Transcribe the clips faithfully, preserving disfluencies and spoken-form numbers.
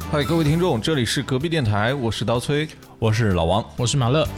嗨，各位听众，这里是隔壁电台，我是刀崔， 我是老王， 我是马乐。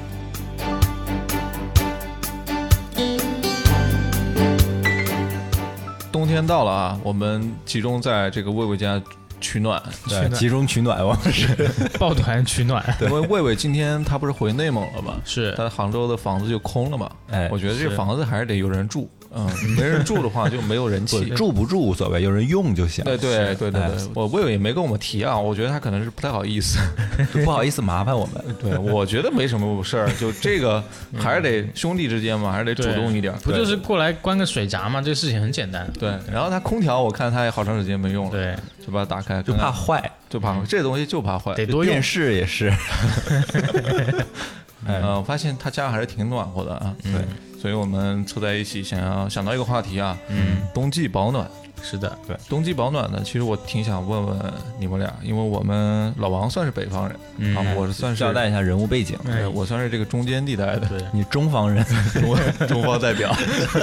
冬天到了啊，我们集中在这个魏魏家取暖， 对，集中取暖，我们是抱团取暖。 因为魏魏今天他不是回内蒙了吗？ 是， 他杭州的房子就空了嘛。 哎， 我觉得这房子还是得有人住。嗯，没人住的话就没有人气， 住不住无所谓，有人用就行。 对对对对对，哎、我魏魏也没跟我们提啊，我觉得他可能是不太好意思， 不好意思麻烦我们。 对，我觉得没什么事儿，就这个还是得兄弟之间嘛，还是得主动一点。 不就是过来关个水闸吗？这个事情很简单。 对，然后他空调我看他也好长时间没用了， 对， 就把它打开， 就怕坏， 就怕坏，这东西就怕坏， 得多用。 电视也是。 嗯、呃，我发现他家还是挺暖和的啊。 对。 嗯，所以我们凑在一起，想要想到一个话题啊，嗯，冬季保暖。 是的， 对，冬季保暖呢，其实我挺想问问你们俩，因为我们老王算是北方人，嗯，啊，我是算是交代一下人物背景， 对，我算是这个中间地带的， 对， 你中方人， 中中方代表。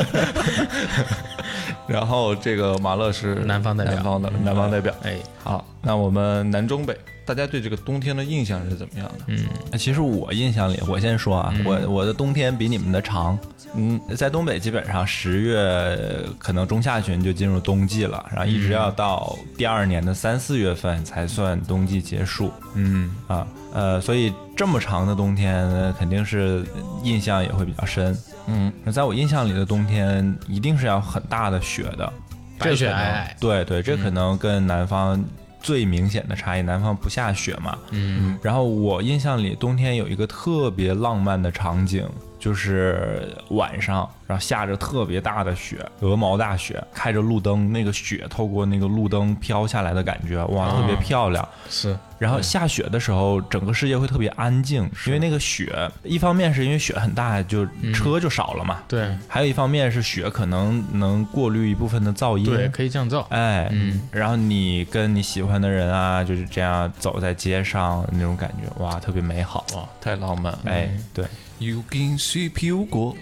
然后这个马乐是南方代表， 南方的南方代表。 哎， 好，那我们南中北。大家对这个冬天的印象是怎么样的？ 嗯，其实我印象里，我先说啊，嗯、我我的冬天比你们的长。嗯，在东北基本上十月可能中下旬就进入冬季了，然后一直要到第二年的三四月份才算冬季结束。嗯啊呃，所以这么长的冬天肯定是印象也会比较深。嗯，在我印象里的冬天一定是要很大的雪的， 白雪皑皑。 对对，这可能跟南方最明显的差异，南方不下雪嘛。嗯，然后我印象里冬天有一个特别浪漫的场景，就是晚上，然后下着特别大的雪，鹅毛大雪，开着路灯，那个雪透过那个路灯飘下来的感觉，哇，特别漂亮。 是。 然后下雪的时候，整个世界会特别安静，因为那个雪，一方面是因为雪很大，就车就少了嘛。 对。 还有一方面是雪可能能过滤一部分的噪音， 对，可以降噪。 哎，嗯。然后你跟你喜欢的人啊，就是这样走在街上，那种感觉，哇，特别美好， 哇，太浪漫了。 哎，对。 有件事飘过，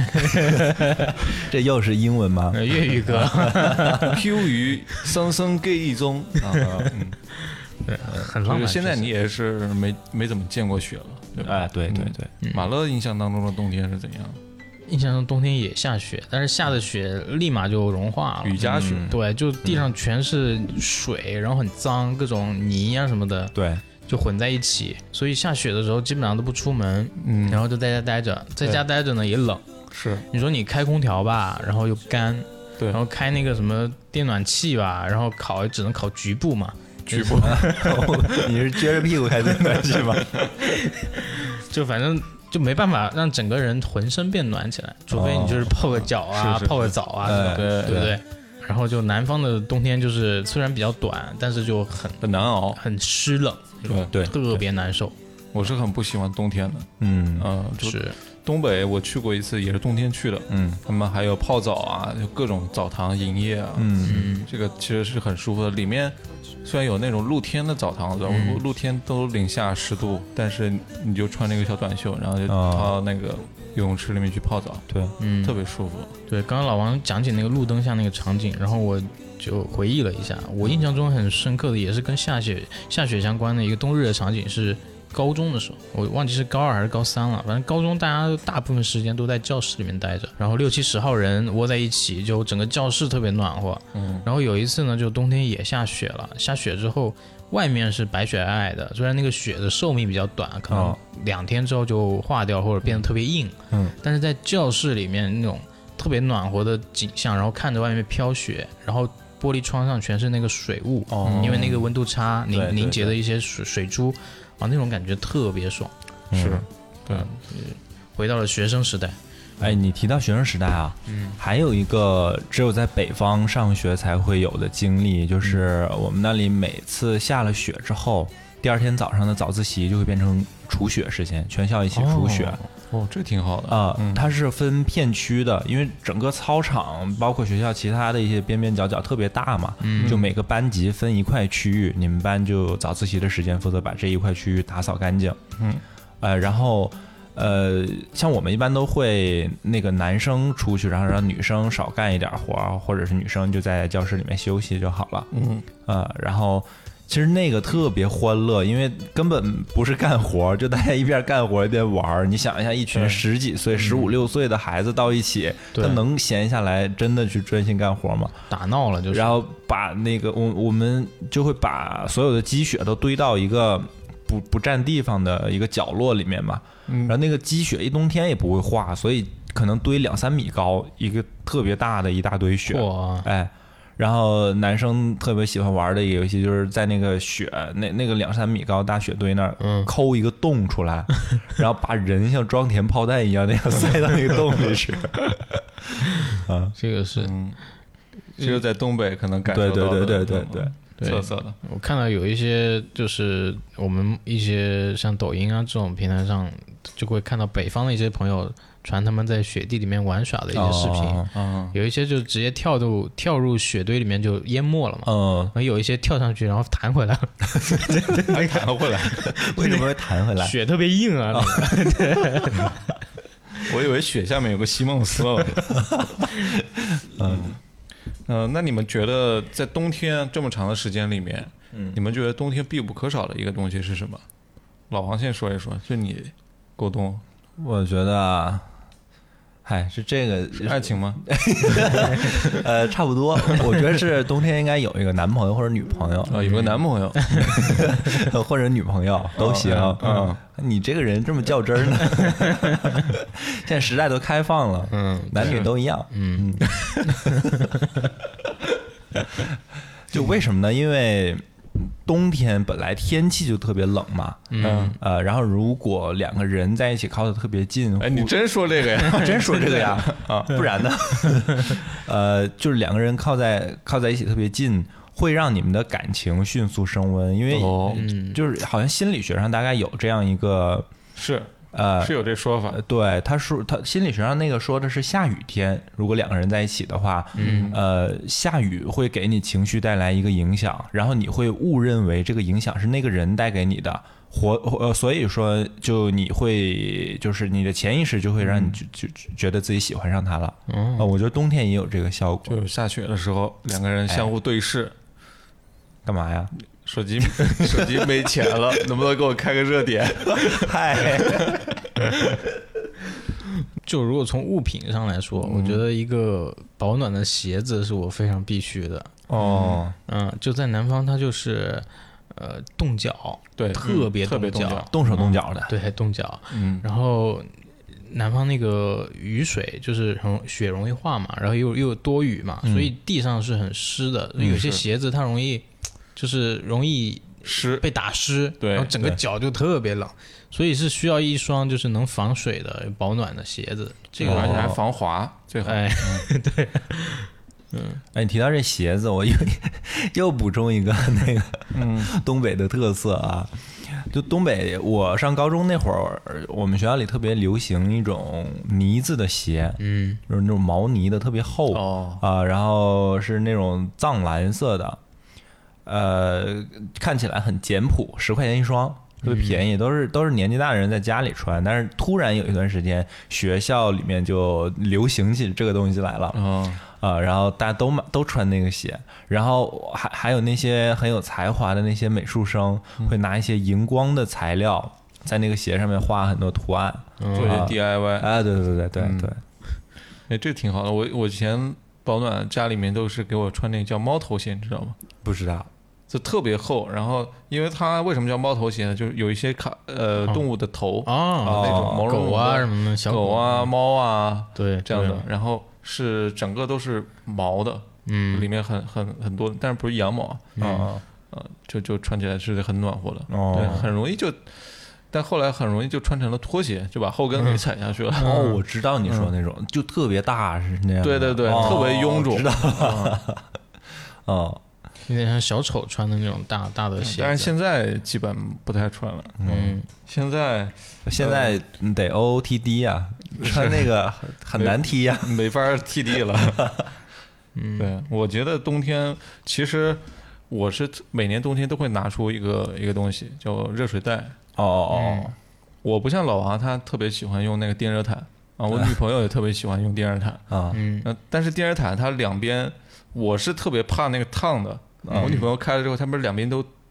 这又是英文吗？ 粤语歌， 飘于深深记忆中啊，嗯， 对，很浪漫。 现在你也是没没怎么见过雪了，对吧？ 哎，对对对。 嗯、马乐印象当中的冬天是怎样？ 印象中冬天也下雪，但是下的雪立马就融化了， 雨夹雪、嗯。 对，就地上全是水，然后很脏，各种泥啊什么的。 对。 就混在一起，所以下雪的时候基本上都不出门，嗯，然后就在家待着，在家待着呢也冷， 是， 你说你开空调吧，然后又干， 对， 然后开那个什么电暖气吧，然后烤只能烤局部嘛， 局部， 你是撅着屁股开电暖气吗？ 就反正就没办法让整个人浑身变暖起来，除非你就是泡个脚啊， 哦、 泡个澡啊， 对对对不对？然后就南方的冬天就是虽然比较短，但是就很很难熬， 很湿冷， 对对， 特别难受。 我是很不喜欢冬天的， 嗯呃， 是东北我去过一次，也是冬天去的， 嗯， 他们还有泡澡啊，就各种澡堂营业啊， 嗯， 这个其实是很舒服的。里面虽然有那种露天的澡堂子，嗯、露天都零下十度，但是你就穿那个小短袖，然后就到那个游泳池里面去泡澡， 对， 嗯， 特别舒服。 对，刚刚老王讲起那个路灯下那个场景，然后我就回忆了一下，我印象中很深刻的也是跟下雪下雪相关的一个冬日的场景是高中的时候，我忘记是高二还是高三了，反正高中大家大部分时间都在教室里面待着，然后六七十号人窝在一起，就整个教室特别暖和。嗯，然后有一次呢，就冬天也下雪了，下雪之后外面是白雪皑皑的，虽然那个雪的寿命比较短，可能两天之后就化掉或者变得特别硬，嗯，但是在教室里面那种特别暖和的景象，然后看着外面飘雪，然后玻璃窗上全是那个水雾，哦，因为那个温度差凝凝结的一些水水珠。啊，那种感觉特别爽， 是，对， 回到了学生时代。 哎，你提到学生时代啊，嗯，还有一个只有在北方上学才会有的经历，就是我们那里每次下了雪之后，第二天早上的早自习就会变成除雪时间，全校一起除雪。 哦哦，这挺好的啊、呃嗯！它是分片区的，因为整个操场包括学校其他的一些边边角角特别大嘛，嗯，就每个班级分一块区域，你们班就早自习的时间负责把这一块区域打扫干净，嗯，呃，然后呃，像我们一般都会那个男生出去，然后让女生少干一点活，或者是女生就在教室里面休息就好了，嗯，呃，然后。 其实那个特别欢乐，因为根本不是干活，就大家一边干活一边玩。你想一下，一群十几岁、十五六岁的孩子到一起，他能闲下来真的去专心干活吗？ 打闹了就是。 然后把那个我我们就会把所有的积雪都堆到一个不不占地方的一个角落里面嘛。然后那个积雪一冬天也不会化，所以可能堆两三米高，一个特别大的一大堆雪。 哇， 哎。然后男生特别喜欢玩的一个游戏，就是在那个雪那那个两三米高大雪堆那儿，嗯，抠一个洞出来，然后把人像装填炮弹一样那样塞到那个洞里去。 啊，这个是， 嗯，只有在东北可能感受到的， 对对对对对对特色的。 我看到有一些就是我们一些像抖音啊这种平台上，就会看到北方的一些朋友传他们在雪地里面玩耍的一些视频，哦哦、有一些就直接跳入跳入雪堆里面就淹没了嘛， 嗯， 然后有一些跳上去然后弹回来了， 还弹回来， 为什么会弹回来？ 雪特别硬啊！哦、 我以为雪下面有个席梦思了。嗯嗯、呃，那你们觉得在冬天这么长的时间里面，嗯，你们觉得冬天必不可少的一个东西是什么？老王先说一说，就你过冬。 我觉得啊，嗨，是这个是爱情吗？ 呃，差不多。我觉得是冬天应该有一个男朋友或者女朋友啊，有个男朋友或者女朋友都行。 嗯，嗯你这个人这么较真呢？现在时代都开放了，嗯，男女都一样，嗯。就为什么呢？因为冬天本来天气就特别冷嘛，嗯呃，然后如果两个人在一起靠得特别近， 哎，你真说这个呀？ 真说这个呀？啊，不然呢？呃，就是两个人靠在靠在一起特别近，会让你们的感情迅速升温，因为哦， 就是好像心理学上大概有这样一个是。 呃， 是有这说法， 对，他说他心理学上那个说的是下雨天，如果两个人在一起的话，嗯，呃，下雨会给你情绪带来一个影响，然后你会误认为这个影响是那个人带给你的，活呃，所以说就你会就是你的潜意识就会让你就就觉得自己喜欢上他了，嗯、呃，我觉得冬天也有这个效果， 就是下雪的时候两个人相互对视，哎、 干嘛呀？ 手机手机没钱了，能不能给我开个热点？ 嗨， 就如果从物品上来说，嗯、我觉得一个保暖的鞋子是我非常必须的。 哦， 嗯，就在南方，它就是呃冻脚， 对， 特别冻脚， 冻手冻脚的， 嗯、对，冻脚。 嗯， 然后南方那个雨水就是很雪容易化嘛，然后又又有多雨嘛，嗯、所以地上是很湿的，嗯、有些鞋子它容易。就是容易湿被打湿， 对， 然后整个脚就特别冷，所以是需要一双就是能防水的保暖的鞋子，这个而且还防滑最好。 哎，对， 嗯，哎，你提到这鞋子，我又又补充一个那个，嗯，东北的特色啊，就东北，我上高中那会儿，我们学校里特别流行一种呢子的鞋，嗯，就是那种毛呢的，特别厚， 哦啊，然后是那种藏蓝色的。呃，看起来很简朴，十块钱一双，特别便宜，都是都是年纪大的人在家里穿。但是突然有一段时间，学校里面就流行起这个东西来了， 哦啊、呃，然后大家都买都穿那个鞋，然后还还有那些很有才华的那些美术生，会拿一些荧光的材料在那个鞋上面画很多图案， 做一些 D I Y。 哎，对对对对对嗯、 对， 哎，这挺好的。我我以前保暖家里面都是给我穿那个叫猫头鞋，你知道吗？ 不知道。 就特别厚，然后因为它为什么叫猫头鞋呢？就是有一些卡呃、哦、动物的头啊、 哦、那种毛茸茸的狗啊什么的，小狗啊猫啊， 对这样的，然后是整个都是毛的，嗯，里面很很很多，但是不是羊毛啊， 嗯呃，就就穿起来是很暖和的， 哦， 对，很容易就，但后来很容易就穿成了拖鞋，就把后跟给踩下去了。 嗯、哦，我知道你说那种，嗯、就特别大是那样， 对对对， 哦、 特别臃肿， 知道，哦。 有点像小丑穿的那种大大的鞋， 但是现在基本不太穿了。 嗯， 现在现在得 O O T D 啊，穿那个很难踢呀、 啊，没法 T D 了。嗯，对，我觉得冬天其实我是每年冬天都会拿出一个一个东西叫热水袋。 哦哦哦、 嗯，我不像老王，他特别喜欢用那个电热毯啊，我女朋友也特别喜欢用电热毯啊。 嗯， 但是电热毯它两边，我是特别怕那个烫的。我女朋友开了之后，他不是两边都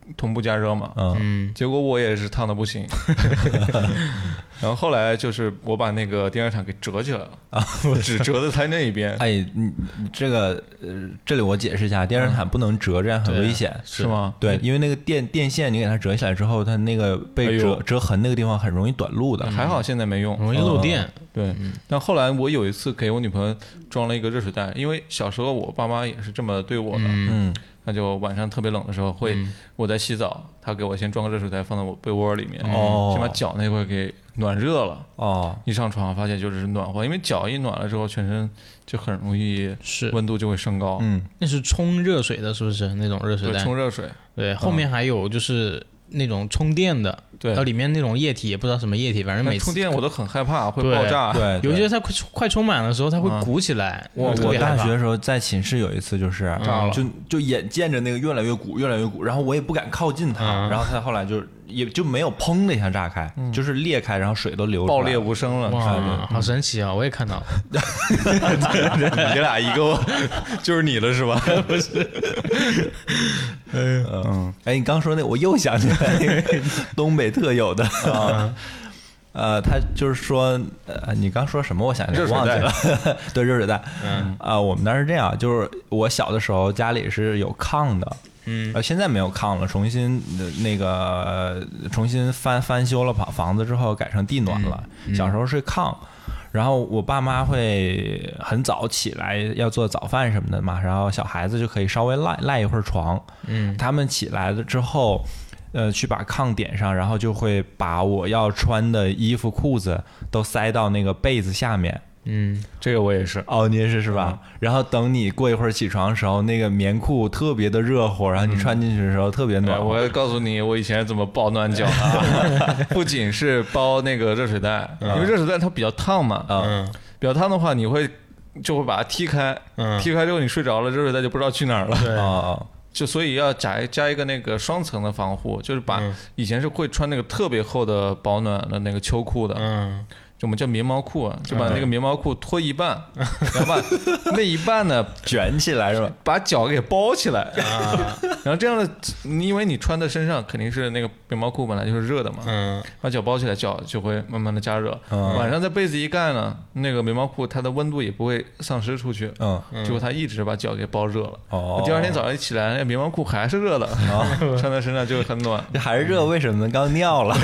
同步加热嘛， 嗯， 结果我也是烫的不行。然后后来就是我把那个电热毯给折起来了啊，我只折在它那一边。 哎，你你这个呃，这里我解释一下，电热毯不能折，这样很危险， 是吗？ 对，因为那个电电线你给它折起来之后，它那个被折、哎、折痕那个地方很容易短路的。 还好现在没用， 容易漏电。 嗯、对、嗯，但后来我有一次给我女朋友装了一个热水袋，因为小时候我爸妈也是这么对我的。嗯。那就晚上特别冷的时候会，嗯、我在洗澡，他给我先装个热水袋放在我被窝里面，哦，先把脚那块给暖热了，哦，一上床发现就是暖和，因为脚一暖了之后，全身就很容易是温度就会升高， 嗯，那是冲热水的，是不是那种热水袋？ 对，冲热水， 对，后面还有就是那种充电的。对，然后里面那种液体也不知道什么液体，反正每次充电我都很害怕会爆炸。 对， 有些它快快充满的时候，它会鼓起来。 我、嗯、我大学的时候在寝室有一次就是炸了，就就眼见着那个越来越鼓，越来越鼓，然后我也不敢靠近它，嗯、然后它后来就也就没有砰的一下炸开，嗯、就是裂开，然后水都流出来， 爆裂無聲了。 哇，嗯、好神奇啊！我也看到了。 你俩一个就是你了是吧？ 不是。 嗯嗯，哎，你刚说那，我又想起来那个东北特有的啊，呃，他就是说，呃，你刚说什么？我想起来忘记了。对，热水袋。嗯啊、呃，我们那是这样，就是我小的时候家里是有炕的，嗯，呃，现在没有炕了，重新那个、呃、重新翻翻修了房房子之后改成地暖了。嗯、小时候睡炕。然后我爸妈会很早起来要做早饭什么的嘛，然后小孩子就可以稍微赖赖一会儿床。嗯，他们起来了之后，呃，去把炕点上，然后就会把我要穿的衣服裤子都塞到那个被子下面。 嗯，这个我也是。 哦，你也是是吧？嗯、然后等你过一会儿起床的时候，那个棉裤特别的热乎，然后你穿进去的时候特别暖和。 嗯、我要告诉你，我以前怎么保暖脚啊？不仅是包那个热水袋，嗯、因为热水袋它比较烫嘛。嗯，比较烫的话，你会就会把它踢开。嗯，踢开之后你睡着了，热水袋就不知道去哪儿了。 对啊。 就所以要加加一个那个双层的防护，就是把、嗯、以前是会穿那个特别厚的保暖的那个秋裤的。嗯。就我们叫棉毛裤啊，就把那个棉毛裤脱一半，嗯、然后把那一半呢卷起来是吧？ 把脚给包起来啊，然后这样的，因为你穿在身上肯定是那个棉毛裤本来就是热的嘛，嗯，把脚包起来，脚就会慢慢的加热。嗯、晚上在被子一盖呢，那个棉毛裤它的温度也不会丧失出去，嗯，结果它一直把脚给包热了。哦，第二天早上一起来，那棉毛裤还是热的，哦、穿在身上就很暖。 这还是热，为什么呢？刚尿了。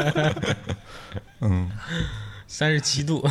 嗯。三十七度，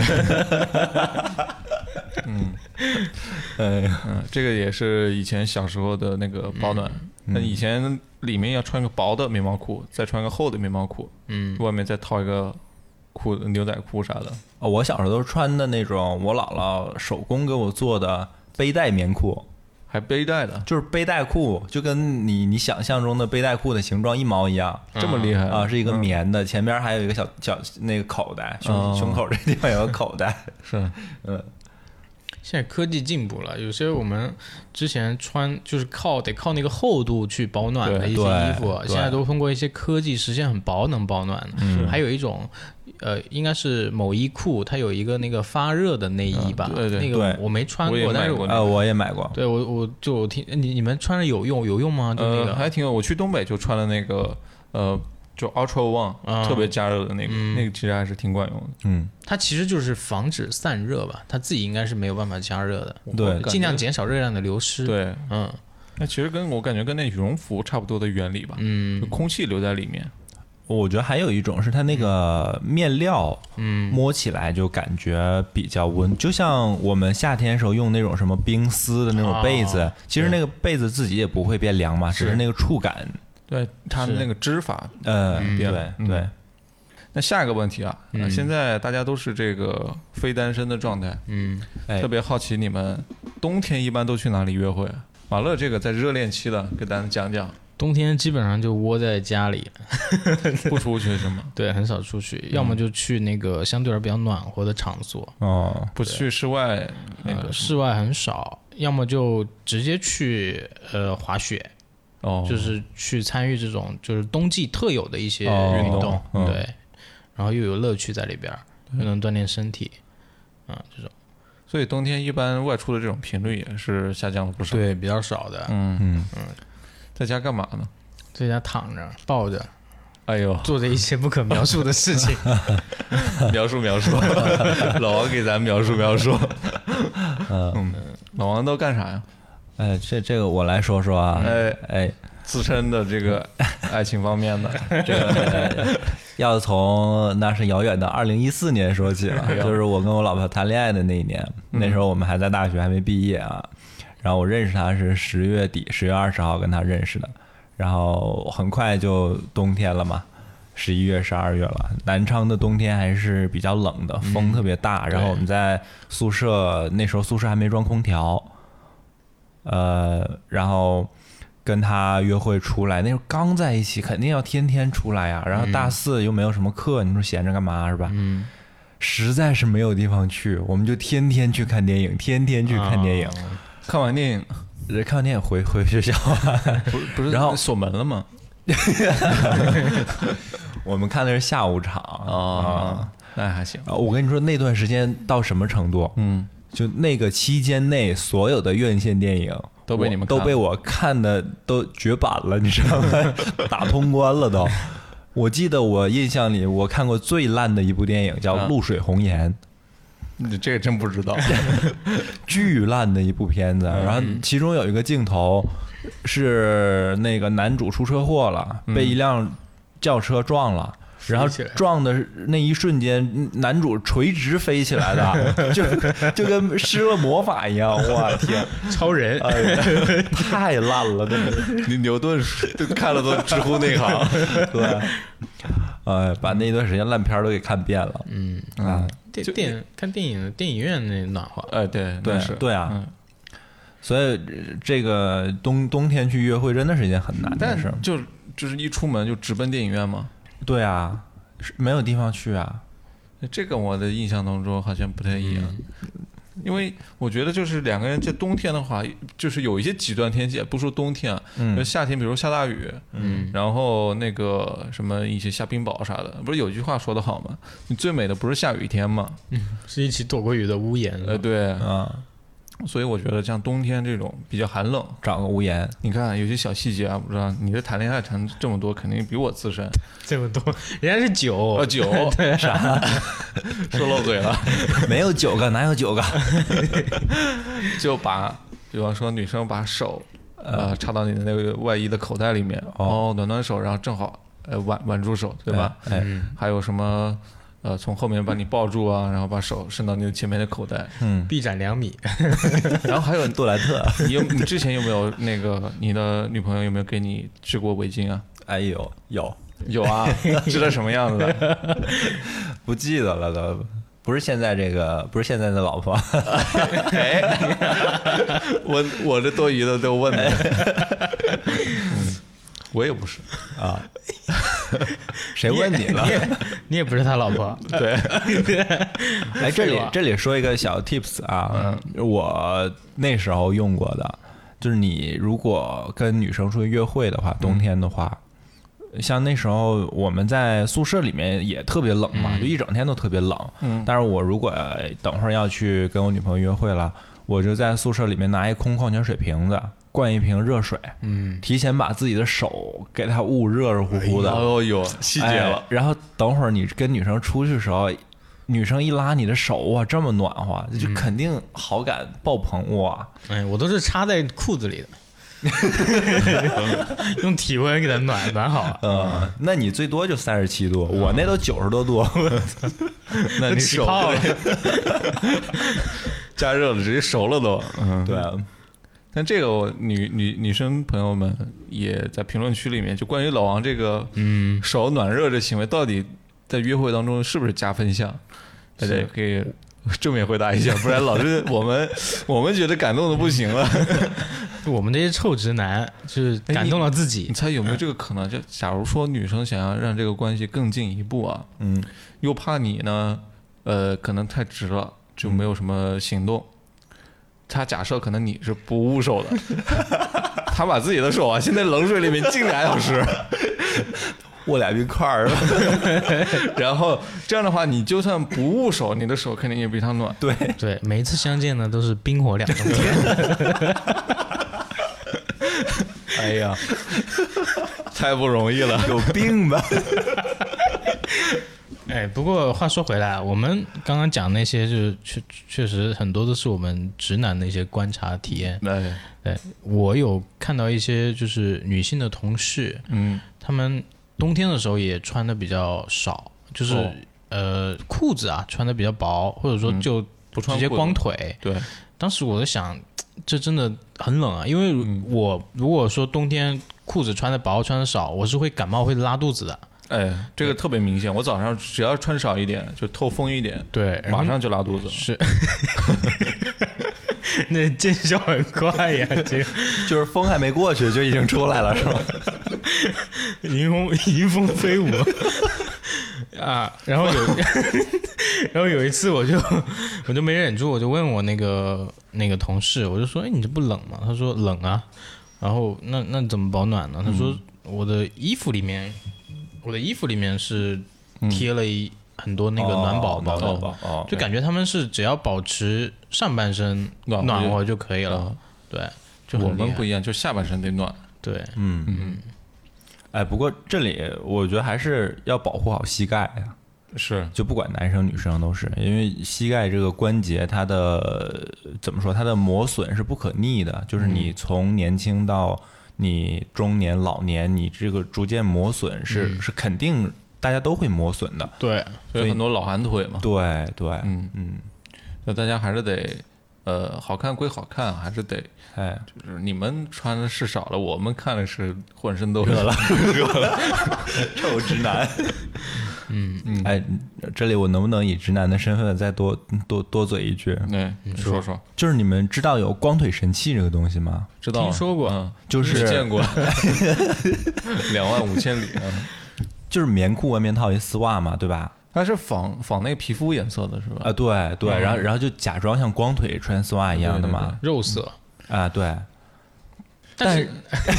嗯，嗯，这个也是以前小时候的那个保暖。那、嗯、以前里面要穿个薄的棉毛裤，再穿个厚的棉毛裤，嗯，外面再套一个裤牛仔裤啥的。 哦，我小时候都是穿的那种我姥姥手工给我做的背带棉裤。 还背带的， 就是背带裤，就跟你你想象中的背带裤的形状一毛一样， 这么厉害啊！是一个棉的，嗯、前边还有一个小小那个口袋，胸、哦、胸口这地方有个口袋， 是， 嗯。 现在科技进步了，有些我们之前穿就是靠得靠那个厚度去保暖的一些衣服，现在都通过一些科技实现很薄能保暖的。嗯、还有一种。呃，应该是某衣裤，它有一个那个发热的内衣吧？ 嗯、对对， 那个我没穿过，但是我呃我也买过。 对我我就听你你们穿着有用有用吗？就那个、 呃、还挺有。我去东北就穿了那个呃，就 Ultra One、嗯、特别加热的那个，嗯、那个其实还是挺管用的。 嗯，它其实就是防止散热吧，它自己应该是没有办法加热的。 对， 尽量减少热量的流失。 对， 嗯， 那其实跟我感觉跟那羽绒服差不多的原理吧。嗯，就空气留在里面。 我觉得还有一种是它那个面料，嗯，摸起来就感觉比较温，就像我们夏天时候用那种什么冰丝的那种被子，哦、其实那个被子自己也不会变凉嘛，只是那个触感， 对它的那个织法， 呃，对对。 嗯、那下一个问题啊，嗯呃、现在大家都是这个非单身的状态，嗯，特别好奇你们冬天一般都去哪里约会？马乐这个在热恋期的，给大家讲讲。 冬天基本上就窝在家里， 不出去是吗？ 对，很少出去，要么就去那个相对而比较暖和的场所。 哦，不去室外那个、 呃，室外很少，要么就直接去呃滑雪，哦，就是去参与这种就是冬季特有的一些运动，哦嗯、对，然后又有乐趣在里边，又能锻炼身体，啊、嗯，这种。 所以冬天一般外出的这种频率也是下降了不少， 对，比较少的， 嗯嗯嗯。在家干嘛呢？ 在家躺着抱着， 哎呦， 做着一些不可描述的事情。 描述描述，老王给咱描述描述。嗯，老王都干啥呀？ 哎，这这个我来说说啊。 哎哎， 自身的这个爱情方面的， 这个要从那是遥远的二零一四年说起了，就是我跟我老婆谈恋爱的那一年，那时候我们还在大学，还没毕业啊。然后我认识她是十月底，十月二十号跟她认识的，然后很快就冬天了嘛，十一月、十二月了。南昌的冬天还是比较冷的，风特别大。然后我们在宿舍，那时候宿舍还没装空调，呃，然后跟她约会出来，那时候刚在一起，肯定要天天出来呀。然后大四又没有什么课，你说闲着干嘛是吧？嗯，实在是没有地方去，我们就天天去看电影，天天去看电影。 哦看完电影， 看完电影回回学校， 不不是， 然后锁门了吗？ 我们看的是下午场啊、哦，那还行。 我跟你说，那段时间到什么程度？嗯，就那个期间内，所有的院线电影都被你们都被我看的都绝版了，你知道吗？打通关了都。我记得我印象里，我看过最烂的一部电影叫《露水红颜》。 你这个真不知道， 巨烂的一部片子。然后其中有一个镜头是那个男主出车祸了，被一辆轿车撞了，然后撞的那一瞬间，男主垂直飞起来的，就就跟施了魔法一样。我天， 超人， 哎、太烂了！那个你牛顿都看了都直呼内行， 对，呃，把那段时间烂片都给看遍了。嗯啊。 电电看电影，电影院那暖和， 哎，对对对啊，嗯、所以这个冬冬天去约会真的是一件很难的事。 就就是一出门就直奔电影院吗？ 对啊，没有地方去啊。 这个我的印象当中好像不太一样。嗯，因为我觉得就是两个人在冬天的话，就是有一些极端天气，不说冬天啊，嗯，夏天比如下大雨，嗯，然后那个什么一些下冰雹啥的，不是有句话说得好吗？你最美的不是下雨天吗？ 嗯，是一起躲过雨的屋檐。 呃，对啊，所以我觉得像冬天这种比较寒冷， 找个屋檐。 你看有些小细节啊，不知道你的谈恋爱谈这么多，肯定比我资深。 这么多，人家是九， 哦九， 对啥？说漏嘴了， 没有九个，哪有九个？ 就把，比方说女生把手呃插到你的那个外衣的口袋里面，哦，暖暖手，然后正好呃挽挽住手，对吧？ 哎， 还有什么？呃，从后面把你抱住啊，然后把手伸到你的前面的口袋， 嗯， 臂展两米。 然后还有杜兰特， 你有你之前有没有那个你的女朋友有没有给你织过围巾啊？ 哎有有有啊，织的什么样子的？ 不记得了都，不是现在这个，不是现在的老婆。 哎，我我这多余的都问了。嗯，我也不是啊。谁问你了？ 你 也, 你也不是他老婆。 对。 哎，这里这里说一个小 tips 啊，嗯、我那时候用过的，就是你如果跟女生出去约会的话，冬天的话，嗯、像那时候我们在宿舍里面也特别冷嘛，嗯、就一整天都特别冷。嗯。但是我如果等会儿要去跟我女朋友约会了，我就在宿舍里面拿一空矿泉水瓶子。灌一瓶热水，嗯，提前把自己的手给它捂热热乎乎的， 哦哟，细节了、哎。 然后等会儿你跟女生出去的时候，女生一拉你的手，哇，这么暖和，就肯定好感爆棚哇！ 哎，我都是插在裤子里的，用体温给它暖暖好。 呃，那你最多就三十七度，我那都九十多度， 那你手加热了，直接熟了都。 嗯，对啊。 但这个我女女女生朋友们也在评论区里面，就关于老王这个嗯手暖热这行为，到底在约会当中是不是加分项？大家也可以正面回答一下，不然老是我们我们觉得感动的不行了。 我们这些臭直男就是感动了自己。 你猜有没有这个可能？就假如说女生想要让这个关系更进一步啊，嗯，又怕你呢，呃，可能太直了，就没有什么行动。他假设可能你是不捂手的，他把自己的手啊先在冷水里面浸俩小时， 握俩冰块儿， 然后这样的话，你就算不捂手，你的手肯定也比他暖。 对对，每一次相见呢都是冰火两重天。 哎呀，太不容易了， 有病吧？ 哎，不过话说回来，我们刚刚讲那些，就是确确实很多都是我们直男的一些观察体验。 对， 对，我有看到一些就是女性的同事， 嗯， 她们冬天的时候也穿的比较少，就是、 哦、 呃裤子啊穿的比较薄，或者说就不穿直接光腿。 对， 当时我在想，这真的很冷啊，因为我如果说冬天裤子穿的薄穿的少，我是会感冒会拉肚子的。 哎，这个特别明显。我早上只要穿少一点，就透风一点， 对， 马上就拉肚子了。 是，那见效很快呀，这个就是风还没过去就已经出来了，是吧？ 迎风迎风飞舞啊！然后有，然后有一次我就我就没忍住，我就问我那个那个同事，我就说：“哎，你这不冷吗？”他说：“冷啊。”然后那那怎么保暖呢？他说：“我的衣服里面。”我的衣服里面是贴了一、嗯、很多那个暖宝宝的， 哦哦、 就感觉他们是只要保持上半身暖和就可以了。嗯、对，就我们不一样，就下半身得暖。 对， 嗯嗯。哎，不过这里我觉得还是要保护好膝盖呀。 是， 就不管男生女生都是，因为膝盖这个关节，它的怎么说，它的磨损是不可逆的，就是你从年轻到你中年、老年，你这个逐渐磨损是、嗯、是肯定大家都会磨损的。 对， 所以很多老寒腿嘛。 对对， 嗯嗯，那大家还是得，呃，好看归好看，还是得， 哎， 就是你们穿的是少了，我们看的是浑身都热了，热了，臭直男。 嗯嗯，哎，这里我能不能以直男的身份再多多多嘴一句？ 对，说说， 就是你们知道有光腿神器这个东西吗？ 知道， 听说过， 嗯、 就是见过，两万五千里。嗯、 就是棉裤外面套一丝袜嘛，对吧？ 它是仿仿那个皮肤颜色的是吧？ 啊，对对，嗯、然后然后就假装像光腿穿丝袜一样的嘛， 对对对肉色啊，对。 但是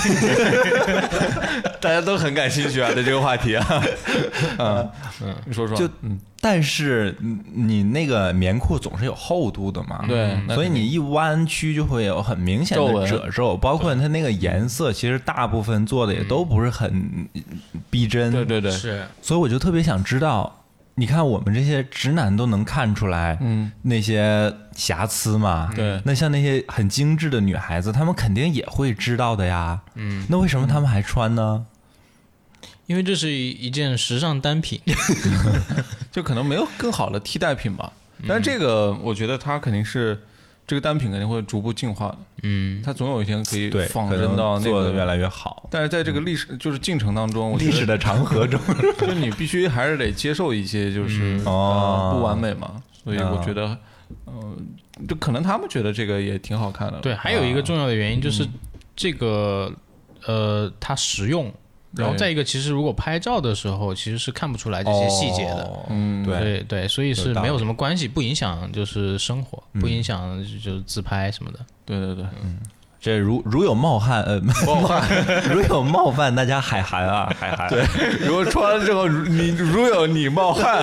大家都很感兴趣啊，对这个话题啊，嗯嗯，你说说， 就嗯，但是你那个棉裤总是有厚度的嘛， 对， 所以你一弯曲就会有很明显的褶皱，包括它那个颜色，其实大部分做的也都不是很逼真， 对对对， 是， 所以我就特别想知道。你看我们这些直男都能看出来，嗯，那些瑕疵嘛， 对。 那像那些很精致的女孩子，她们肯定也会知道的呀， 嗯。 那为什么她们还穿呢？ 因为这是一件时尚单品， 就可能没有更好的替代品吧。但是这个，我觉得它肯定是这个单品肯定会逐步进化的， 嗯， 它总有一天可以仿真到那个做的越来越好。 但是在这个历史就是进程当中， 历史的长河中， 就你必须还是得接受一些就是、 嗯、哦、 呃、不完美嘛，所以我觉得，嗯、呃，就可能他们觉得这个也挺好看的。 对，还有一个重要的原因就是这个、嗯、呃它实用。然后再一个，其实如果拍照的时候，其实是看不出来这些细节的， 哦、 嗯， 对对对，所以是没有什么关系，不影响就是生活， 嗯、 不影响就是自拍什么的。 对对对， 嗯，这如如有冒犯，呃， 冒犯， 如有冒犯，大家海涵啊，海涵。 对，如果穿了之后，你如有你冒汗，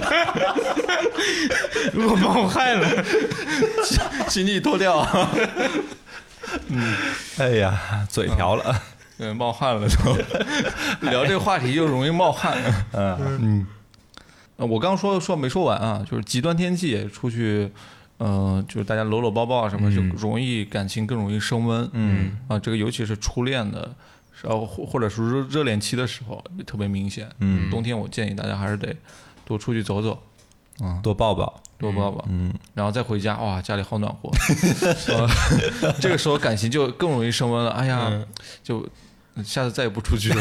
如果冒汗了， 请你脱掉。 嗯，哎呀，嘴瓢了。嗯对，冒汗了都，聊这个话题就容易冒汗。嗯嗯，我刚说说没说完啊，就是极端天气出去，嗯、呃，就是大家搂搂抱抱啊什么，嗯、就容易感情更容易升温。 嗯啊，这个尤其是初恋的，然后或者是热热恋期的时候也特别明显。 嗯， 冬天我建议大家还是得多出去走走， 啊，多抱抱， 多抱抱， 嗯， 然后再回家，哇，家里好暖和。呃、这个时候感情就更容易升温了。哎呀，嗯、就。下次再也不出去了。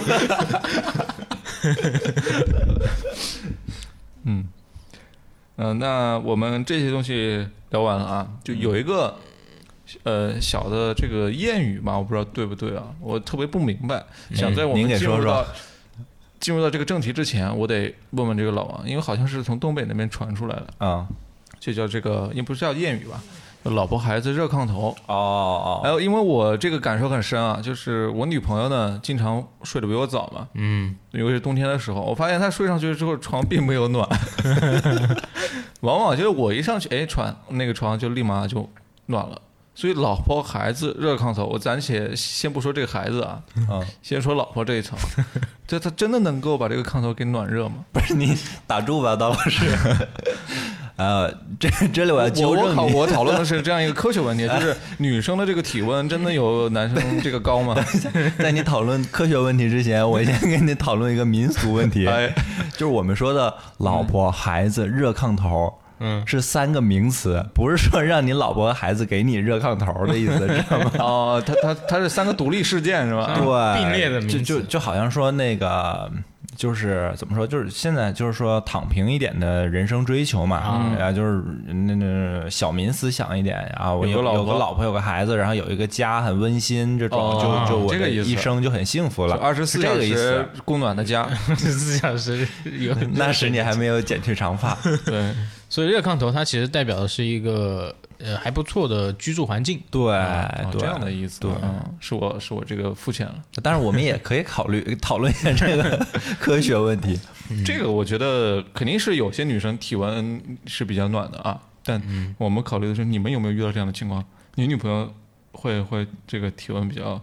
嗯，嗯、呃，那我们这些东西聊完了啊，就有一个呃小的这个谚语嘛，我不知道对不对啊，我特别不明白。想在我们进入到进入到这个正题之前，我得问问这个老王，因为好像是从东北那边传出来的啊， 就叫这个，也不是叫谚语吧。老婆孩子热炕头哦哦， 还有因为我这个感受很深啊，就是我女朋友呢经常睡得比我早嘛， 嗯， 尤其是冬天的时候，我发现她睡上去之后床并没有暖，往往就是我一上去，哎，床那个床就立马就暖了， 所以老婆孩子热炕头，我暂且先不说这个孩子啊， 嗯， 先说老婆这一层，这他真的能够把这个炕头给暖热吗？ 不是你打住吧，刀老师。呃，这这里我要纠正你， 我我讨论的是这样一个科学问题，就是女生的这个体温真的有男生这个高吗？ 在你讨论科学问题之前，我先跟你讨论一个民俗问题， 哎， 就是我们说的老婆、孩子、热炕头。 嗯， 是三个名词，不是说让你老婆和孩子给你热炕头的意思，知道吗？ 哦，它它它是三个独立事件是吧？ 对， 并列的名词， 就就就好像说那个。就是怎么说，就是现在就是说躺平一点的人生追求嘛，啊、嗯，就是那那小民思想一点啊，我有有个有个老婆有个孩子，然后有一个家很温馨，这种、 哦、 就就我这个一生就很幸福了， 二十四小时供暖的家， 二十四小时有那时你还没有剪去长发， 对， 所以热炕头它其实代表的是一个呃还不错的居住环境， 对， 哦、 对这样的意思， 对， 嗯，是我是我这个肤浅了， 但是我们也可以考虑讨论一下这个科学问题。 这个我觉得肯定是有些女生体温是比较暖的啊，但我们考虑的是你们有没有遇到这样的情况？你女朋友会会这个体温比较？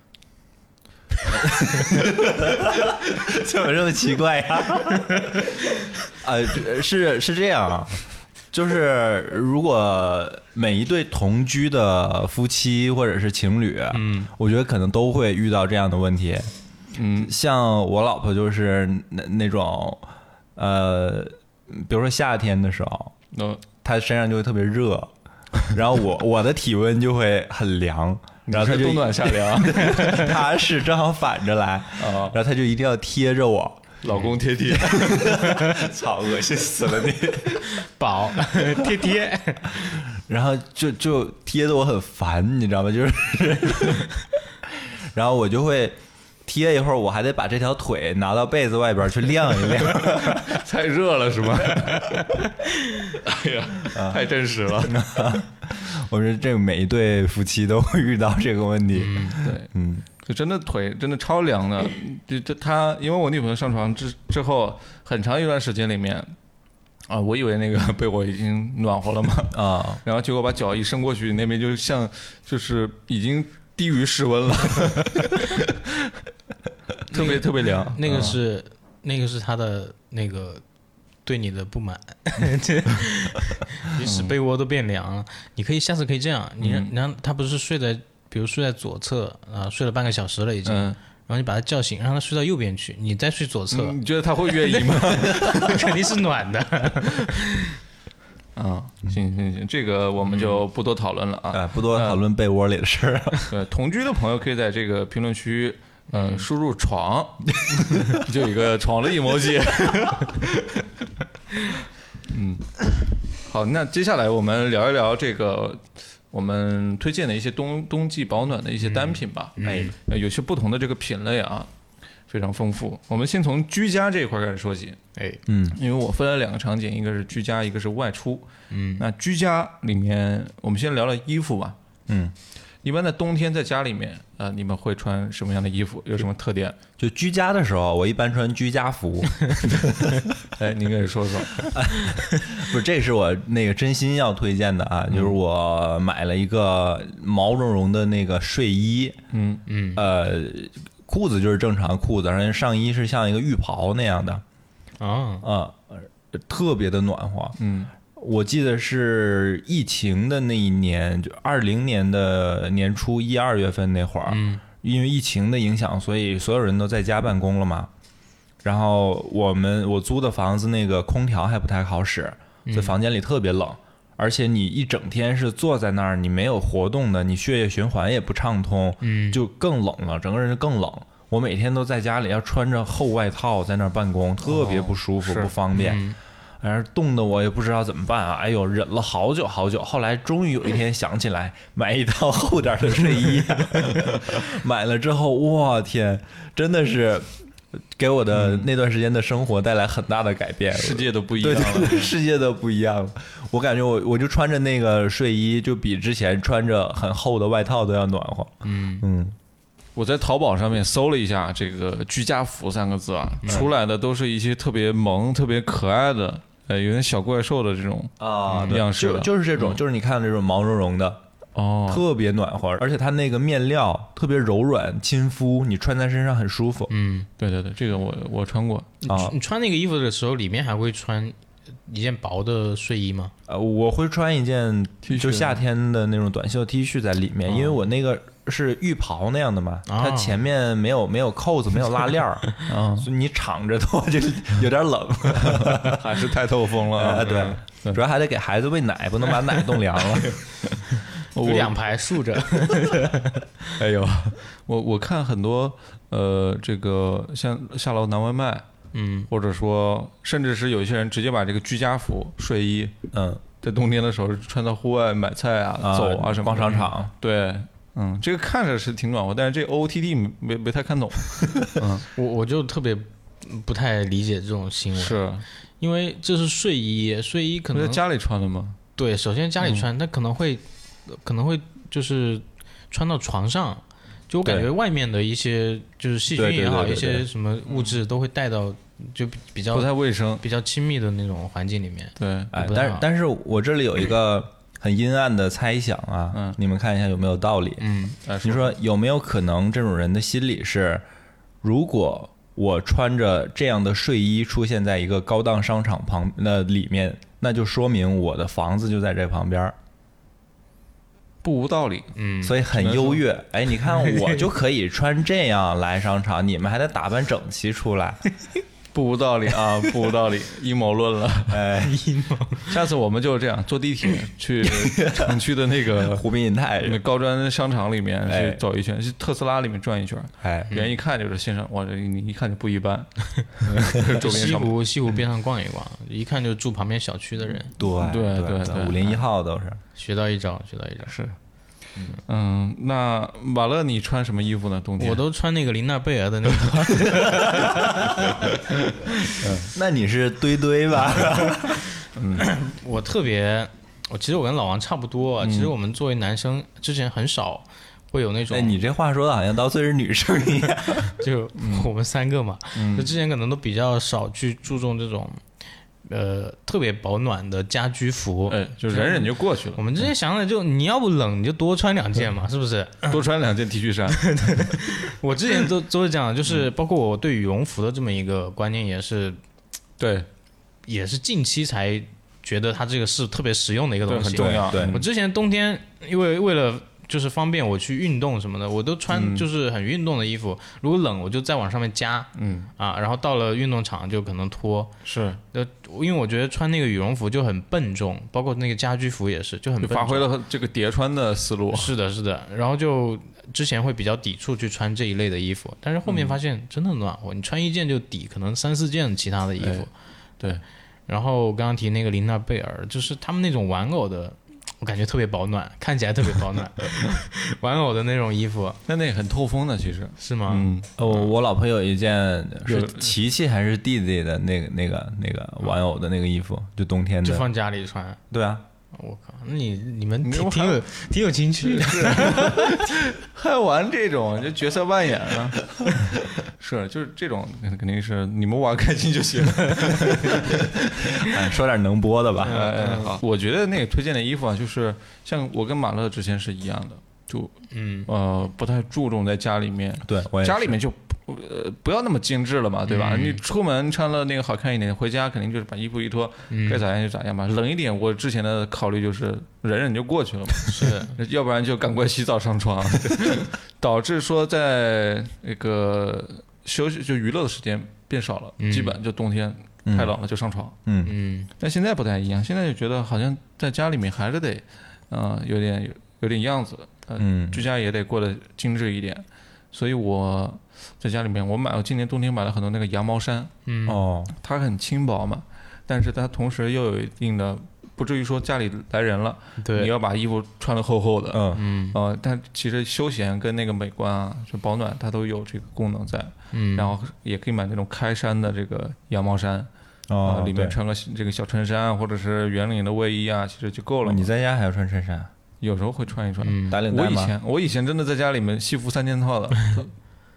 怎么这么奇怪呀、啊？呃，是是这样啊，就是如果每一对同居的夫妻或者是情侣，嗯，我觉得可能都会遇到这样的问题。嗯，像我老婆就是那那种，呃，比如说夏天的时候， 嗯， 她身上就会特别热，然后我我的体温就会很凉，然后她就冬暖夏凉， 她是正好反着来， 啊， 然后她就一定要贴着我， 老公贴贴， 操，恶心死了你， 宝贴贴， 然后就就贴得我很烦，你知道吗？就是，然后我就会。贴一会儿，我还得把这条腿拿到被子外边去晾一晾， 太热了是吗？哎呀，太真实了。 我说这每一对夫妻都会遇到这个问题。 嗯，对，嗯，就真的腿真的超凉的。就就他，因为我女朋友上床之之后，很长一段时间里面，啊，我以为那个被我已经暖和了嘛，啊，然后结果把脚一伸过去，那边就像就是已经低于室温了。特别特别凉， 那个是、嗯、那个是他的那个对你的不满，你使被窝都变凉了。嗯、你可以下次可以这样，你让、嗯、你让他不是睡在，比如睡在左侧啊，睡了半个小时了已经，嗯、然后你把他叫醒，让他睡到右边去，你再睡左侧， 嗯、你觉得他会愿意吗？ 肯定是暖的。 啊，行行行，这个我们就不多讨论了啊， 嗯、不多讨论被窝里的事儿。 对，同居的朋友可以在这个评论区。嗯，输入床，就有一个床的emoji。嗯，好，那接下来我们聊一聊这个我们推荐的一些冬冬季保暖的一些单品吧。 嗯、 哎，有些不同的这个品类啊，非常丰富。我们先从居家这一块开始说起。 哎， 嗯， 因为我分了两个场景，一个是居家，一个是外出。嗯，那居家里面，我们先聊聊衣服吧。 嗯。 一般在冬天在家里面，呃，你们会穿什么样的衣服？有什么特点？ 就居家的时候，我一般穿居家服。 哎，您给说说。 不是，这是我那个真心要推荐的啊，嗯、就是我买了一个毛茸茸的那个睡衣， 嗯嗯，呃，裤子就是正常裤子，然后上衣是像一个浴袍那样的， 啊啊、呃，特别的暖和， 嗯。 我记得是疫情的那一年，就二零年的年初一二月份那会儿， 嗯， 因为疫情的影响，所以所有人都在家办公了嘛。然后我们我租的房子那个空调还不太好使，所以房间里特别冷，而且你一整天是坐在那儿，你没有活动的，你血液循环也不畅通， 嗯， 就更冷了，整个人更冷。我每天都在家里要穿着厚外套在那儿办公，特别不舒服， 哦、 不方便。 嗯而冻得我也不知道怎么办啊！哎呦，忍了好久好久，后来终于有一天想起来买一套厚点的睡衣，买了之后，哇天，真的是给我的那段时间的生活带来很大的改变， 嗯、世界都不一样了， 对对对，世界都不一样了。我感觉我我就穿着那个睡衣，就比之前穿着很厚的外套都要暖和。 嗯嗯。 我在淘宝上面搜了一下这个居家服三个字啊，嗯、出来的都是一些特别萌、特别可爱的。呃，有点小怪兽的这种啊样式的， 就就是这种，嗯、就是你看这种毛茸茸的， 哦， 特别暖和，而且它那个面料特别柔软亲肤，你穿在身上很舒服。 嗯， 对对对，这个我我穿过啊。 你穿那个衣服的时候，里面还会穿一件薄的睡衣吗？ 呃，我会穿一件就夏天的那种短袖 T 恤在里面，因为我那个是浴袍那样的嘛，它前面没有没有扣子，没有拉链儿，所以你敞着脱就有点冷， 还是太透风了。 呃、对，主要还得给孩子喂奶，不能把奶冻凉了。 有两排竖着。 哎呦，我我看很多呃，这个像下楼拿外卖， 嗯， 或者说甚至是有一些人直接把这个居家服睡衣， 嗯， 在冬天的时候穿到户外买菜啊、 啊走啊什么逛商场， 对。嗯，这个看着是挺暖和，但是这 O O T D 没没太看懂。嗯， 我我就特别不太理解这种行为， 是因为这是睡衣，睡衣可能在家里穿的吗？ 对，首先家里穿，它、嗯、可能会可能会就是穿到床上，就我感觉外面的一些就是细菌也好，一些什么物质都会带到就比较不太卫生、 比较亲密的那种环境里面。 对， 哎，但是但是我这里有一个很阴暗的猜想啊，嗯，你们看一下有没有道理？ 嗯， 你说有没有可能这种人的心理是，如果我穿着这样的睡衣出现在一个高档商场旁那里面，那就说明我的房子就在这旁边， 不无道理。 嗯， 所以很优越。哎，你看我就可以穿这样来商场，你们还得打扮整齐出来。 不无道理啊，不无道理，阴谋论了。 哎， 阴谋。 下次我们就这样坐地铁去城区的那个湖滨银泰那高端商场里面去走一圈，去特斯拉里面转一圈。 哎， 人一看就是欣赏，哇，你一看就不一般。 西湖西湖边上逛一逛，一看就住旁边小区的人。 对对对对， 五零一号都是。 学到一招，学到一招。 是。嗯，那马乐你穿什么衣服呢？冬天我都穿那个琳娜贝尔的那个。 那你是堆堆吧？ 嗯，我特别，我其实我跟老王差不多、啊嗯。其实我们作为男生，之前很少会有那种。 哎，你这话说的好像到最是女生一样。 就我们三个嘛，嗯、就之前可能都比较少去注重这种。呃，特别保暖的家居服， 哎，就忍忍就过去了。 我们之前想的就，你要不冷，你就多穿两件嘛，嗯、是不是？ 多穿两件 T 恤衫。 我之前都都是这样，就是包括我对羽绒服的这么一个观念，也是， 对， 也是近期才觉得它这个是特别实用的一个东西， 很重要。 对，我之前冬天因为为了。就是方便我去运动什么的，我都穿就是很运动的衣服。嗯、如果冷，我就再往上面加， 嗯啊，然后到了运动场就可能脱。 是， 呃，因为我觉得穿那个羽绒服就很笨重，包括那个家居服也是，就很笨重。 就发挥了这个叠穿的思路。 是的，是的。然后就之前会比较抵触去穿这一类的衣服，但是后面发现真的暖和，嗯、你穿一件就抵可能三四件其他的衣服。 哎、对。 然后刚刚提那个琳娜贝尔，就是他们那种玩偶的。我感觉特别保暖，看起来特别保暖，玩偶的那种衣服， 那那很透风的，其实是吗？ 嗯，哦，我老婆有一件是琪琪还是弟弟的那个那个那个玩偶的那个衣服，就冬天的， 就放家里穿。 对啊， 我靠，那你你们挺挺有挺有情趣的， 还玩这种就角色扮演啊？是，就是这种肯定是你们玩开心就行。 哎，说点能播的吧。 哎哎，好，我觉得那个推荐的衣服啊，就是像我跟马乐之前是一样的，就嗯呃不太注重在家里面， 对， 家里面就呃不要那么精致了嘛，对吧？ 嗯、 你出门穿了那个好看一点，回家肯定就是把衣服一脱， 嗯、 该咋样就咋样吧。冷一点，我之前的考虑就是忍忍就过去了嘛， 是， 要不然就赶快洗澡上床，导致说在那个休息就娱乐的时间变少了， 嗯、 基本就冬天。太冷了就上床， 嗯嗯， 但现在不太一样，现在就觉得好像在家里面还是得，呃，有点有有点样子，呃， 嗯， 居家也得过得精致一点，所以我在家里面，我买我今年冬天买了很多那个羊毛衫， 嗯哦， 它很轻薄嘛，但是它同时又有一定的，不至于说家里来人了， 对， 你要把衣服穿得厚厚的， 嗯嗯， 呃，但其实休闲跟那个美观啊，就保暖，它都有这个功能在， 嗯， 然后也可以买那种开衫的这个羊毛衫。 哦、 呃，里面穿个这个小衬衫或者是圆领的卫衣啊，其实就够了、 哦。你在家还要穿衬衫？ 有时候会穿一穿。 嗯、 打领带吗？ 我以前我以前真的在家里面西服三件套的，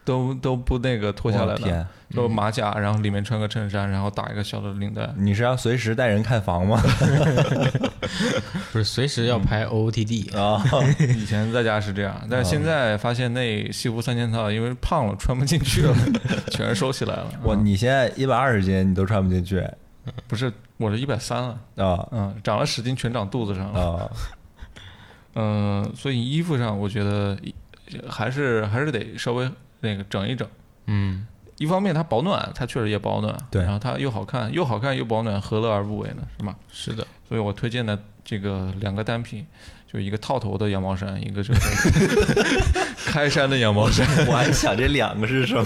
都都不那个脱下来天的，都马甲，然后里面穿个衬衫，然后打一个小的领带。 你是要随时带人看房吗？ 不是随时要拍 O O T D 啊？ 以前在家是这样，但是现在发现那西服三件套因为胖了穿不进去了，全收起来了。 我你现在一百二十斤，你都穿不进去不是，我是一百三了啊？ 嗯，长了十斤全长肚子上了啊。 嗯，所以衣服上我觉得还是还是得稍微那个整一整。 嗯， 一方面它保暖，它确实也保暖， 对， 然后它又好看，又好看又保暖，何乐而不为呢？是吗？ 是的， 所以我推荐的这个两个单品，就一个套头的羊毛衫，一个是开衫的羊毛衫。 我还想这两个是什么？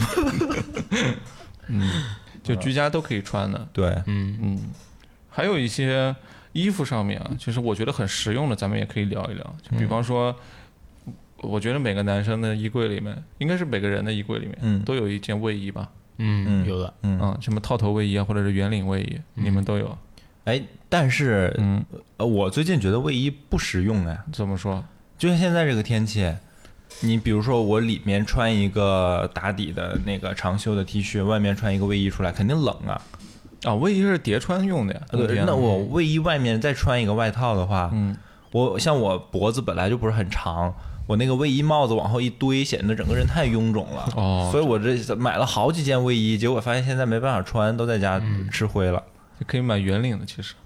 嗯，就居家都可以穿的。 对， 嗯嗯，还有一些衣服上面啊，其实我觉得很实用的，咱们也可以聊一聊。就比方说，嗯、我觉得每个男生的衣柜里面，应该是每个人的衣柜里面， 嗯， 都有一件卫衣吧？ 嗯，有的， 嗯、啊，什么套头卫衣啊，或者是圆领卫衣， 嗯、 你们都有。 哎，但是， 嗯， 呃，我最近觉得卫衣不实用哎。 怎么说？ 就像现在这个天气，你比如说我里面穿一个打底的那个长袖的 T 恤，外面穿一个卫衣出来，肯定冷啊。 啊，卫衣是叠穿用的呀。 对，那我卫衣外面再穿一个外套的话， 嗯， 我像我脖子本来就不是很长，我那个卫衣帽子往后一堆，显得整个人太臃肿了。 哦， 所以我这买了好几件卫衣，结果发现现在没办法穿，都在家吃灰了。 嗯、可以买圆领的，其实。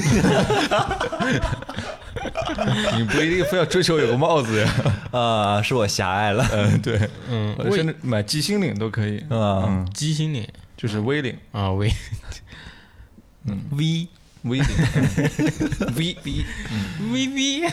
你不一定非要追求有个帽子呀。 啊、呃，是我狭隘了。 嗯，对， 嗯， 甚至买鸡心领都可以。 啊、 嗯， 鸡心领就是 V 领啊 ，V， 嗯 ，V V 领，V V V V。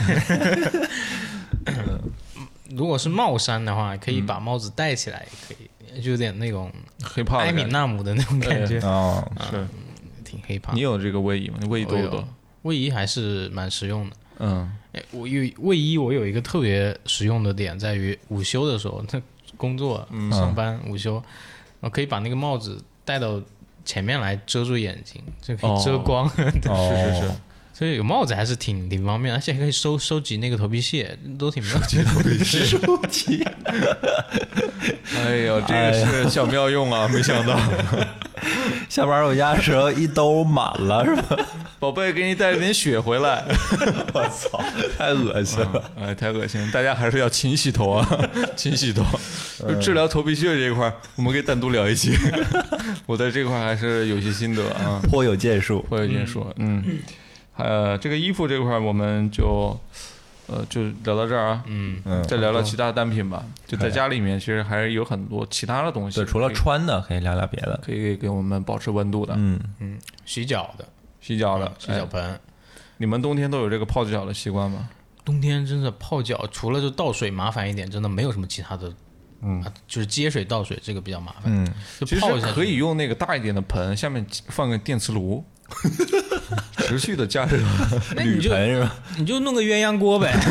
如果是帽衫的话，可以把帽子戴起来，也可以，就有点那种黑怕埃米纳姆的那种感觉。 哦， 是。 挺黑怕。 你有这个卫衣吗？你卫衣多不多？ 卫衣还是蛮实用的。 嗯， 哎，我有卫衣，我有一个特别实用的点，在于午休的时候，他工作、 嗯、 上班、午休，我可以把那个帽子戴到前面来遮住眼睛，就可以遮光。 哦、是是是， 所以有帽子还是挺挺方便，而且可以收收集那个头皮屑，都挺妙。 收集头皮屑， 收集。 哎呦，这个是小妙用啊！没想到。 下班回家的时候一兜满了是吧？ 宝贝，给你带了点血回来。 我操，太恶心了！ 哎、嗯，太恶心了！大家还是要勤洗头啊，勤洗头。就治疗头皮屑这一块，我们可以单独聊一期。我在这块还是有些心得啊， 颇有建树， 颇有建树。嗯，呃，这个衣服这块我们就。呃，就聊到这儿啊， 嗯嗯， 再聊聊其他的单品吧。就在家里面，其实还是有很多其他的东西。 对，除了穿的，可以聊聊别的， 可以给我们保持温度的。 嗯嗯，洗脚的， 洗脚的， 洗脚盆、哎。 你们冬天都有这个泡脚的习惯吗？ 冬天真的泡脚，除了就倒水麻烦一点，真的没有什么其他的。 嗯、 啊，就是接水倒水这个比较麻烦。 嗯， 就泡一下。 可以用那个大一点的盆，下面放个电磁炉。持续的加热， 铝盆是吧？ 你就弄个鸳鸯锅呗。